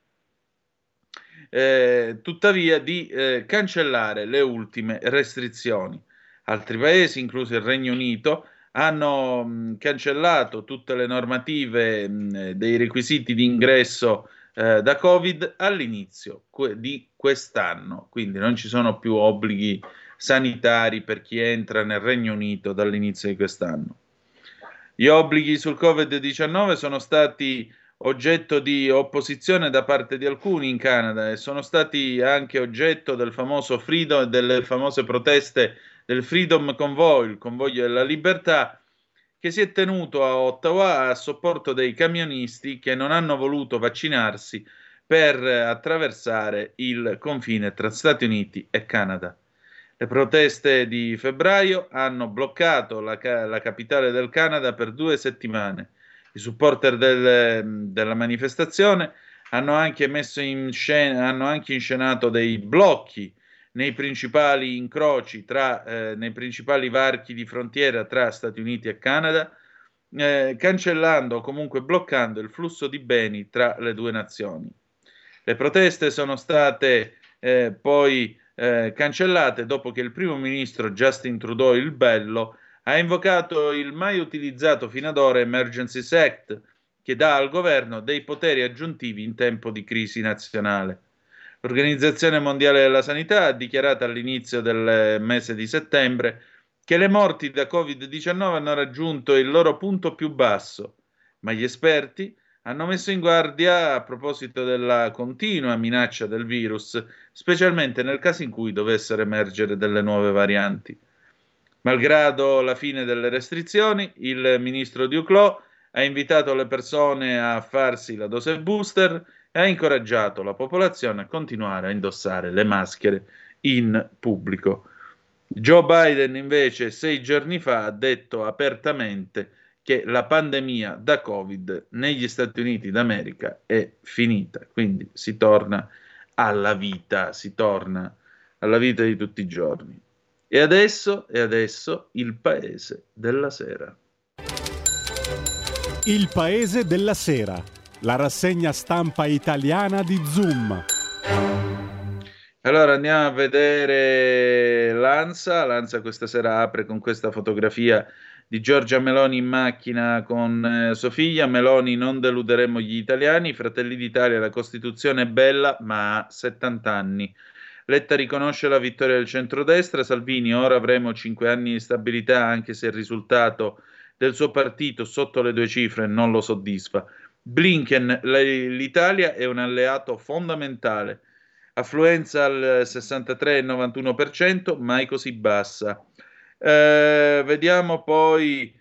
tuttavia di cancellare le ultime restrizioni. Altri paesi, incluso il Regno Unito, hanno cancellato tutte le normative dei requisiti di ingresso da Covid all'inizio di quest'anno, quindi non ci sono più obblighi sanitari per chi entra nel Regno Unito dall'inizio di quest'anno. Gli obblighi sul Covid-19 sono stati oggetto di opposizione da parte di alcuni in Canada e sono stati anche oggetto del famoso Freedom, delle famose proteste del Freedom Convoy, il convoglio della libertà, che si è tenuto a Ottawa a supporto dei camionisti che non hanno voluto vaccinarsi per attraversare il confine tra Stati Uniti e Canada. Le proteste di febbraio hanno bloccato la capitale del Canada per 2 settimane. I supporter della manifestazione hanno anche inscenato dei blocchi nei principali incroci nei principali varchi di frontiera tra Stati Uniti e Canada, cancellando o comunque bloccando il flusso di beni tra le due nazioni. Le proteste sono state poi cancellate dopo che il primo ministro Justin Trudeau il Bello ha invocato il mai utilizzato fino ad ora Emergencies Act, che dà al governo dei poteri aggiuntivi in tempo di crisi nazionale. L'Organizzazione Mondiale della Sanità ha dichiarato all'inizio del mese di settembre che le morti da Covid-19 hanno raggiunto il loro punto più basso, ma gli esperti hanno messo in guardia a proposito della continua minaccia del virus, specialmente nel caso in cui dovessero emergere delle nuove varianti. Malgrado la fine delle restrizioni, il ministro Duclos ha invitato le persone a farsi la dose booster e ha incoraggiato la popolazione a continuare a indossare le maschere in pubblico. Joe Biden invece 6 giorni fa ha detto apertamente che la pandemia da Covid negli Stati Uniti d'America è finita, quindi si torna alla vita di tutti i giorni. E adesso il paese della sera. Il paese della sera, la rassegna stampa italiana di Zoom. Allora andiamo a vedere l'ANSA. L'ANSA questa sera apre con questa fotografia di Giorgia Meloni in macchina con sua figlia. Meloni: non deluderemo gli italiani, Fratelli d'Italia, la Costituzione è bella ma ha 70 anni. Letta riconosce la vittoria del centrodestra. Salvini: ora avremo 5 anni di stabilità anche se il risultato del suo partito sotto le 2 cifre non lo soddisfa. Blinken: l'Italia è un alleato fondamentale. Affluenza al 63,91%, mai così bassa. Vediamo poi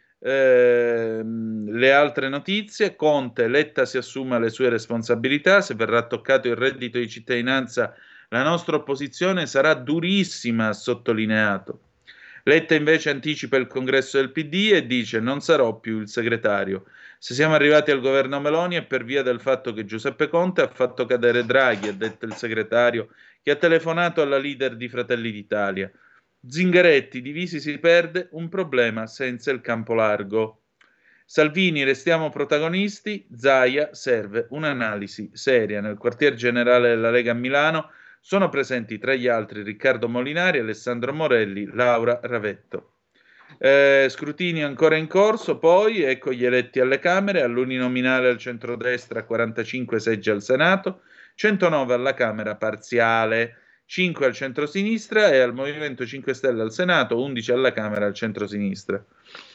le altre notizie. Conte: Letta si assuma le sue responsabilità, se verrà toccato il reddito di cittadinanza la nostra opposizione sarà durissima, ha sottolineato. Letta invece anticipa il congresso del PD e dice: non sarò più il segretario. Se siamo arrivati al governo Meloni è per via del fatto che Giuseppe Conte ha fatto cadere Draghi, ha detto il segretario, che ha telefonato alla leader di Fratelli d'Italia. Zingaretti: divisi si perde, un problema senza il campo largo. Salvini: restiamo protagonisti. Zaia: serve un'analisi seria. Nel quartier generale della Lega a Milano sono presenti tra gli altri Riccardo Molinari, Alessandro Morelli, Laura Ravetto. Scrutini ancora in corso, poi ecco gli eletti alle Camere. All'uninominale al centrodestra 45 seggi al Senato, 109 alla Camera parziale, 5 al centrosinistra e al Movimento 5 Stelle al Senato, 11 alla Camera al centrosinistra.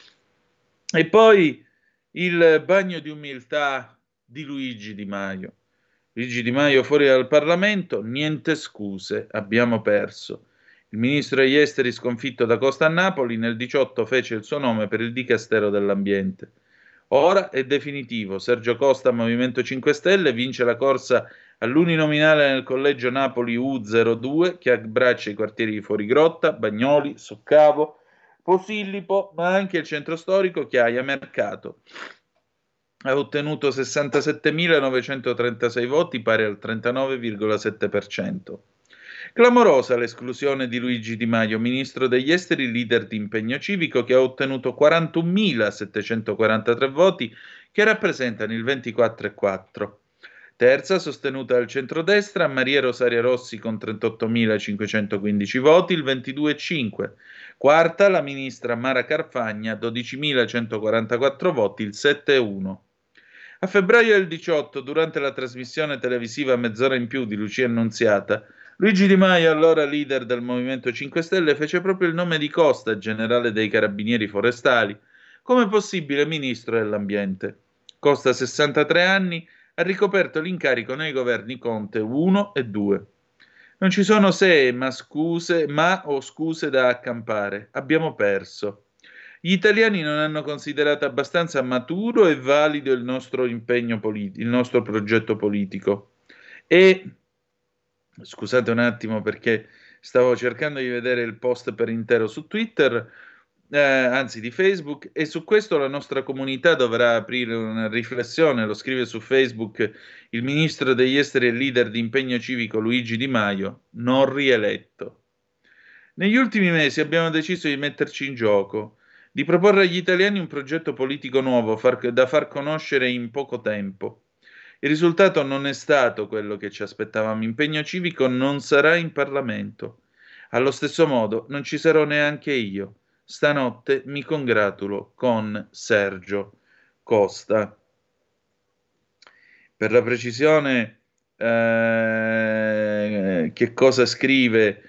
E poi il bagno di umiltà di Luigi Di Maio. Luigi Di Maio fuori dal Parlamento: niente scuse, abbiamo perso. Il ministro degli esteri sconfitto da Costa a Napoli nel 18 fece il suo nome per il Dicastero dell'Ambiente. Ora è definitivo, Sergio Costa, Movimento 5 Stelle, vince la corsa all'uninominale nel collegio Napoli U02 che abbraccia i quartieri di Fuorigrotta, Bagnoli, Soccavo, Posillipo, ma anche il centro storico Chiaia Mercato. Ha ottenuto 67.936 voti, pari al 39,7%. Clamorosa l'esclusione di Luigi Di Maio, ministro degli esteri, leader di Impegno Civico, che ha ottenuto 41.743 voti, che rappresentano il 24,4%. Terza, sostenuta dal centrodestra, Maria Rosaria Rossi con 38.515 voti, il 22,5%. Quarta, la ministra Mara Carfagna, 12.144 voti, il 7,1%. A febbraio del 18, durante la trasmissione televisiva Mezz'ora in più di Lucia Annunziata, Luigi Di Maio, allora leader del Movimento 5 Stelle, fece proprio il nome di Costa, generale dei Carabinieri Forestali, come possibile ministro dell'Ambiente. Costa, 63 anni, ha ricoperto l'incarico nei governi Conte 1 e 2. Non ci sono se ma scuse da accampare. Abbiamo perso. Gli italiani non hanno considerato abbastanza maturo e valido il nostro impegno politico, il nostro progetto politico. E scusate un attimo perché stavo cercando di vedere il post per intero su Twitter, anzi di Facebook, e su questo la nostra comunità dovrà aprire una riflessione. Lo scrive su Facebook il ministro degli esteri e leader di Impegno Civico Luigi Di Maio, non rieletto. Negli ultimi mesi abbiamo deciso di metterci in gioco, di proporre agli italiani un progetto politico nuovo da far conoscere in poco tempo. Il risultato non è stato quello che ci aspettavamo. Impegno Civico non sarà in Parlamento. Allo stesso modo non ci sarò neanche io. Stanotte mi congratulo con Sergio Costa. Per la precisione, che cosa scrive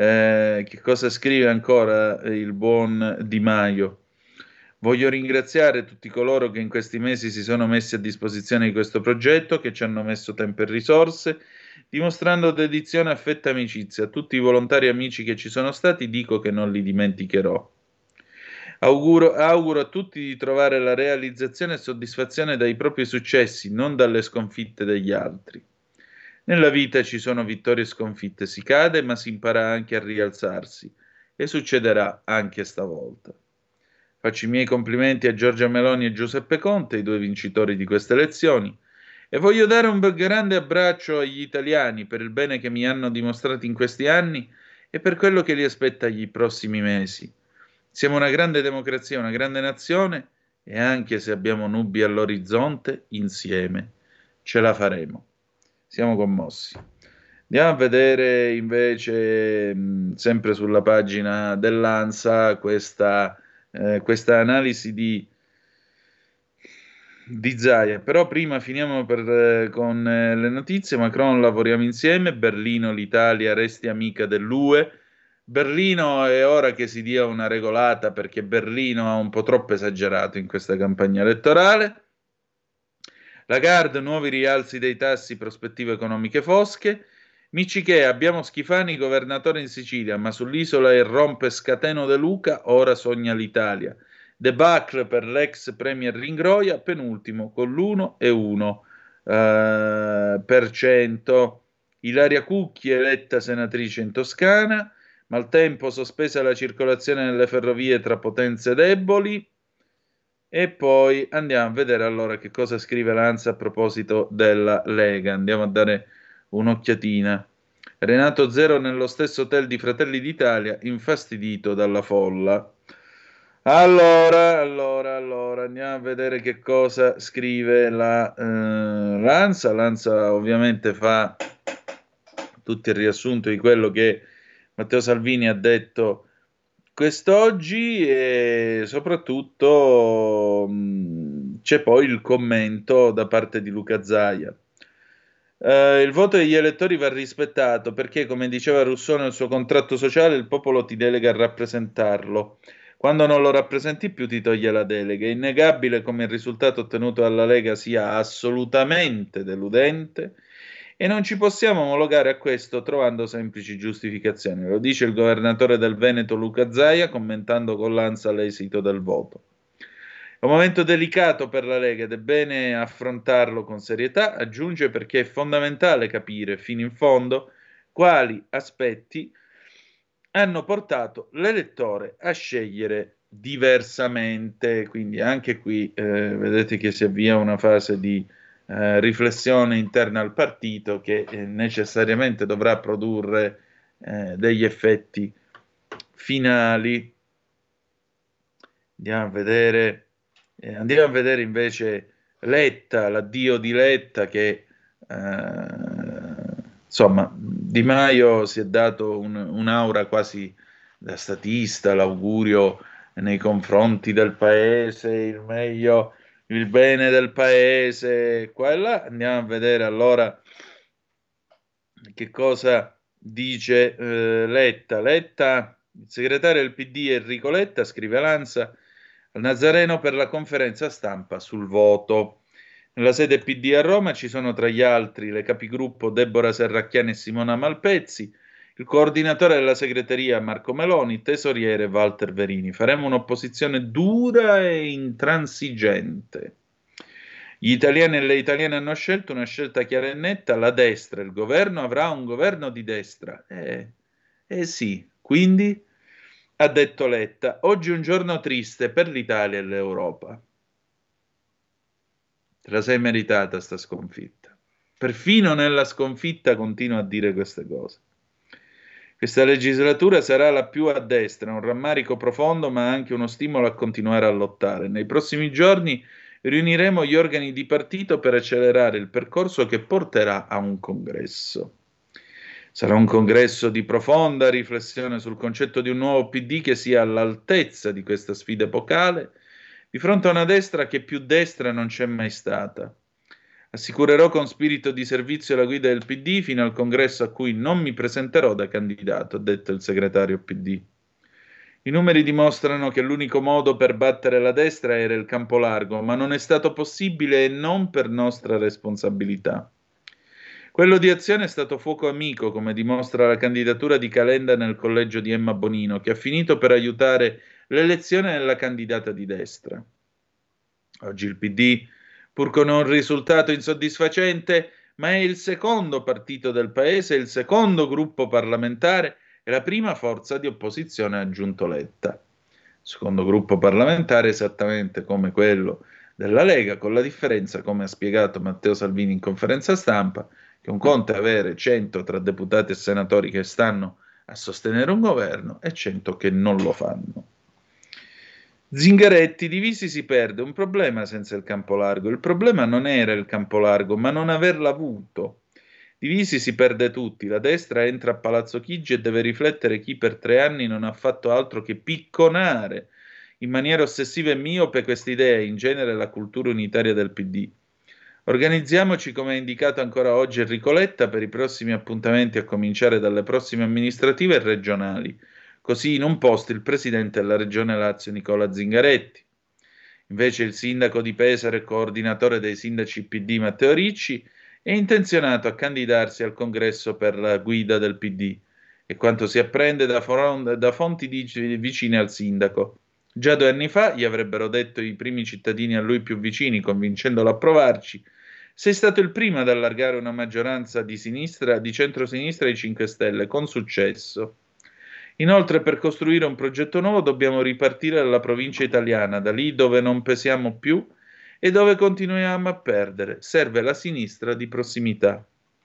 ancora il buon Di Maio? Voglio ringraziare tutti coloro che in questi mesi si sono messi a disposizione di questo progetto, che ci hanno messo tempo e risorse, dimostrando dedizione, affetto e amicizia. A tutti i volontari e amici che ci sono stati dico che non li dimenticherò. Auguro a tutti di trovare la realizzazione e soddisfazione dai propri successi, non dalle sconfitte degli altri. Nella vita ci sono vittorie e sconfitte, si cade ma si impara anche a rialzarsi, e succederà anche stavolta. Faccio i miei complimenti a Giorgia Meloni e Giuseppe Conte, i due vincitori di queste elezioni, e voglio dare un grande abbraccio agli italiani per il bene che mi hanno dimostrato in questi anni e per quello che li aspetta agli prossimi mesi. Siamo una grande democrazia, una grande nazione, e anche se abbiamo nubi all'orizzonte, insieme ce la faremo. Siamo commossi. Andiamo a vedere invece, sempre sulla pagina dell'ANSA, questa analisi di Zaia. Però prima finiamo con le notizie. Macron, lavoriamo insieme. Berlino, l'Italia resti amica dell'UE. Berlino è ora che si dia una regolata, perché Berlino ha un po' troppo esagerato in questa campagna elettorale. Lagarde, nuovi rialzi dei tassi, prospettive economiche fosche. Miccichè, abbiamo Schifani governatore in Sicilia, ma sull'isola il rompescateno De Luca, ora sogna l'Italia. Debacle per l'ex premier Ringroia, penultimo con l'1,1%. Ilaria Cucchi eletta senatrice in Toscana. Maltempo, sospesa la circolazione nelle ferrovie tra potenze deboli. E poi andiamo a vedere allora che cosa scrive l'ANSA a proposito della Lega. Andiamo a dare un'occhiatina. Renato Zero nello stesso hotel di Fratelli d'Italia, infastidito dalla folla. Allora, andiamo a vedere che cosa scrive l'ANSA. L'ANSA ovviamente fa tutto il riassunto di quello che Matteo Salvini ha detto quest'oggi, e soprattutto c'è poi il commento da parte di Luca Zaia. Il voto degli elettori va rispettato perché, come diceva Rousseau nel suo contratto sociale, il popolo ti delega a rappresentarlo. Quando non lo rappresenti più ti toglie la delega. È innegabile come il risultato ottenuto dalla Lega sia assolutamente deludente, e non ci possiamo omologare a questo trovando semplici giustificazioni. Lo dice il governatore del Veneto Luca Zaia commentando con l'ANSA l'esito del voto. È un momento delicato per la Lega ed è bene affrontarlo con serietà, aggiunge, perché è fondamentale capire fino in fondo quali aspetti hanno portato l'elettore a scegliere diversamente. Quindi anche qui vedete che si avvia una fase di riflessione interna al partito che necessariamente dovrà produrre degli effetti finali. Andiamo a vedere invece Letta, l'addio di Letta, che insomma Di Maio si è dato un'aura quasi da statista, l'augurio nei confronti del paese, il meglio, il bene del paese, qua e là. Andiamo a vedere allora che cosa dice Letta. Il segretario del PD Enrico Letta, scrive l'ANSA, al Nazareno per la conferenza stampa sul voto. Nella sede PD a Roma ci sono tra gli altri le capigruppo Deborah Serracchiani e Simona Malpezzi, il coordinatore della segreteria Marco Meloni, tesoriere Walter Verini. Faremo un'opposizione dura e intransigente. Gli italiani e le italiane hanno scelto una scelta chiara e netta: la destra, il governo avrà un governo di destra. Sì, quindi, ha detto Letta, oggi è un giorno triste per l'Italia e l'Europa. Te la sei meritata sta sconfitta. Perfino nella sconfitta continua a dire queste cose. Questa legislatura sarà la più a destra, un rammarico profondo ma anche uno stimolo a continuare a lottare. Nei prossimi giorni riuniremo gli organi di partito per accelerare il percorso che porterà a un congresso. Sarà un congresso di profonda riflessione sul concetto di un nuovo PD che sia all'altezza di questa sfida epocale, di fronte a una destra che più destra non c'è mai stata. Assicurerò con spirito di servizio la guida del PD fino al congresso a cui non mi presenterò da candidato, ha detto il segretario PD. I numeri dimostrano che l'unico modo per battere la destra era il campo largo, ma non è stato possibile e non per nostra responsabilità. Quello di Azione è stato fuoco amico, come dimostra la candidatura di Calenda nel collegio di Emma Bonino, che ha finito per aiutare l'elezione della candidata di destra. Oggi il PD, pur con un risultato insoddisfacente, ma è il secondo partito del paese, il secondo gruppo parlamentare e la prima forza di opposizione, ha aggiunto Letta. Secondo gruppo parlamentare esattamente come quello della Lega, con la differenza, come ha spiegato Matteo Salvini in conferenza stampa, che un conto è avere 100 tra deputati e senatori che stanno a sostenere un governo e 100 che non lo fanno. Zingaretti, divisi si perde, un problema senza il campo largo. Il problema non era il campo largo, ma non averlo avuto. Divisi si perde tutti, la destra entra a Palazzo Chigi e deve riflettere chi per 3 anni non ha fatto altro che picconare in maniera ossessiva e miope queste idee, in genere la cultura unitaria del PD. Organizziamoci, come ha indicato ancora oggi Enrico Letta, per i prossimi appuntamenti a cominciare dalle prossime amministrative e regionali. Così in un posto il presidente della regione Lazio Nicola Zingaretti. Invece il sindaco di Pesaro e coordinatore dei sindaci PD Matteo Ricci è intenzionato a candidarsi al congresso per la guida del PD, e quanto si apprende da fonti vicine al sindaco. Già 2 anni fa gli avrebbero detto i primi cittadini a lui più vicini, convincendolo a provarci: sei stato il primo ad allargare una maggioranza di sinistra, di centrosinistra ai 5 Stelle, con successo. Inoltre, per costruire un progetto nuovo dobbiamo ripartire dalla provincia italiana, da lì dove non pesiamo più e dove continuiamo a perdere. Serve la sinistra di prossimità.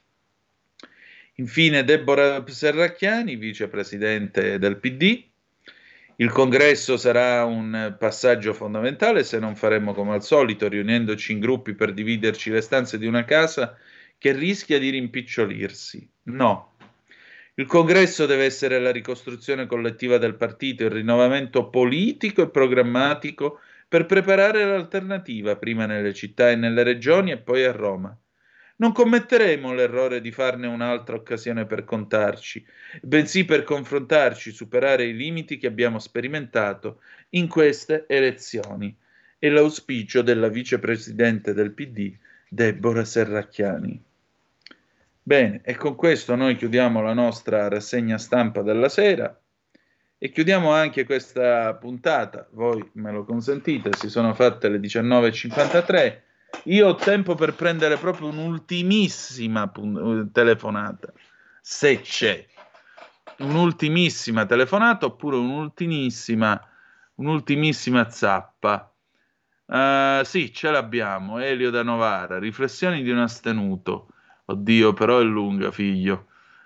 Infine Deborah Serracchiani, vicepresidente del PD. Il congresso sarà un passaggio fondamentale se non faremo come al solito, riunendoci in gruppi per dividerci le stanze di una casa che rischia di rimpicciolirsi. No. Il congresso deve essere la ricostruzione collettiva del partito, il rinnovamento politico e programmatico per preparare l'alternativa, prima nelle città e nelle regioni e poi a Roma. Non commetteremo l'errore di farne un'altra occasione per contarci, bensì per confrontarci, superare i limiti che abbiamo sperimentato in queste elezioni. È l'auspicio della vicepresidente del PD, Deborah Serracchiani. Bene, e con questo noi chiudiamo la nostra rassegna stampa della sera e chiudiamo anche questa puntata. Voi me lo consentite, si sono fatte le 19.53. Io ho tempo per prendere proprio un'ultimissima telefonata, se c'è. Un'ultimissima telefonata oppure un'ultimissima zappa. Sì, ce l'abbiamo. Elio da Novara, riflessioni di un astenuto. Oddio, però è lunga, figlio.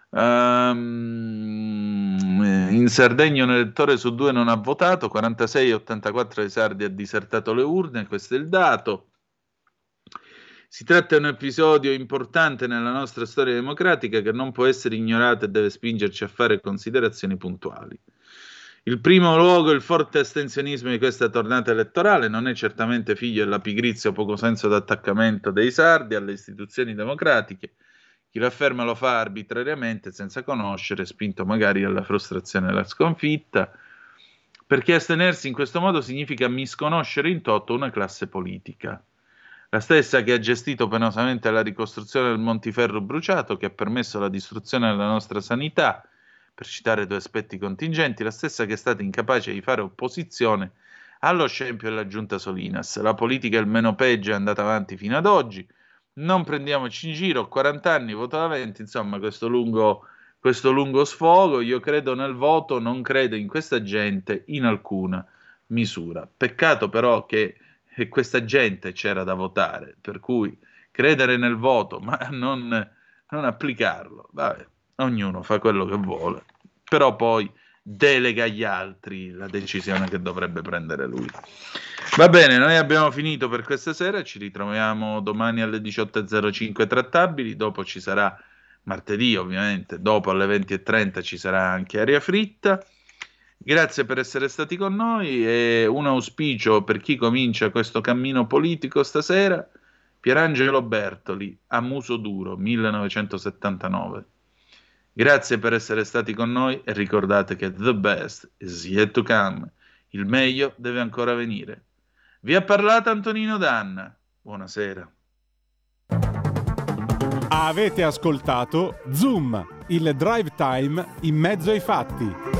In Sardegna un elettore su 2 non ha votato, 46,84 dei sardi ha disertato le urne, questo è il dato. Si tratta di un episodio importante nella nostra storia democratica che non può essere ignorato e deve spingerci a fare considerazioni puntuali. Il primo luogo, il forte astensionismo di questa tornata elettorale non è certamente figlio della pigrizia o poco senso d'attaccamento dei sardi alle istituzioni democratiche. Chi lo afferma lo fa arbitrariamente, senza conoscere, spinto magari dalla frustrazione e alla sconfitta, perché astenersi in questo modo significa misconoscere in toto una classe politica. La stessa che ha gestito penosamente la ricostruzione del Montiferru bruciato, che ha permesso la distruzione della nostra sanità, per citare 2 aspetti contingenti, la stessa che è stata incapace di fare opposizione allo scempio della giunta Solinas. La politica il meno peggio è andata avanti fino ad oggi, non prendiamoci in giro, 40 anni, voto da 20, insomma questo lungo sfogo. Io credo nel voto, non credo in questa gente in alcuna misura. Peccato però che questa gente c'era da votare, per cui credere nel voto ma non applicarlo, vabbè, ognuno fa quello che vuole, però poi delega agli altri la decisione che dovrebbe prendere lui. Va bene, noi abbiamo finito per questa sera, ci ritroviamo domani alle 18.05 trattabili, dopo ci sarà martedì ovviamente, dopo alle 20:30 ci sarà anche Aria Fritta. Grazie per essere stati con noi e un auspicio per chi comincia questo cammino politico stasera: Pierangelo Bertoli, A muso duro, 1979. Grazie per essere stati con noi e ricordate che the best is yet to come, il meglio deve ancora venire. Vi ha parlato Antonino Danna, buonasera. Avete ascoltato Zoom, il drive time in mezzo ai fatti.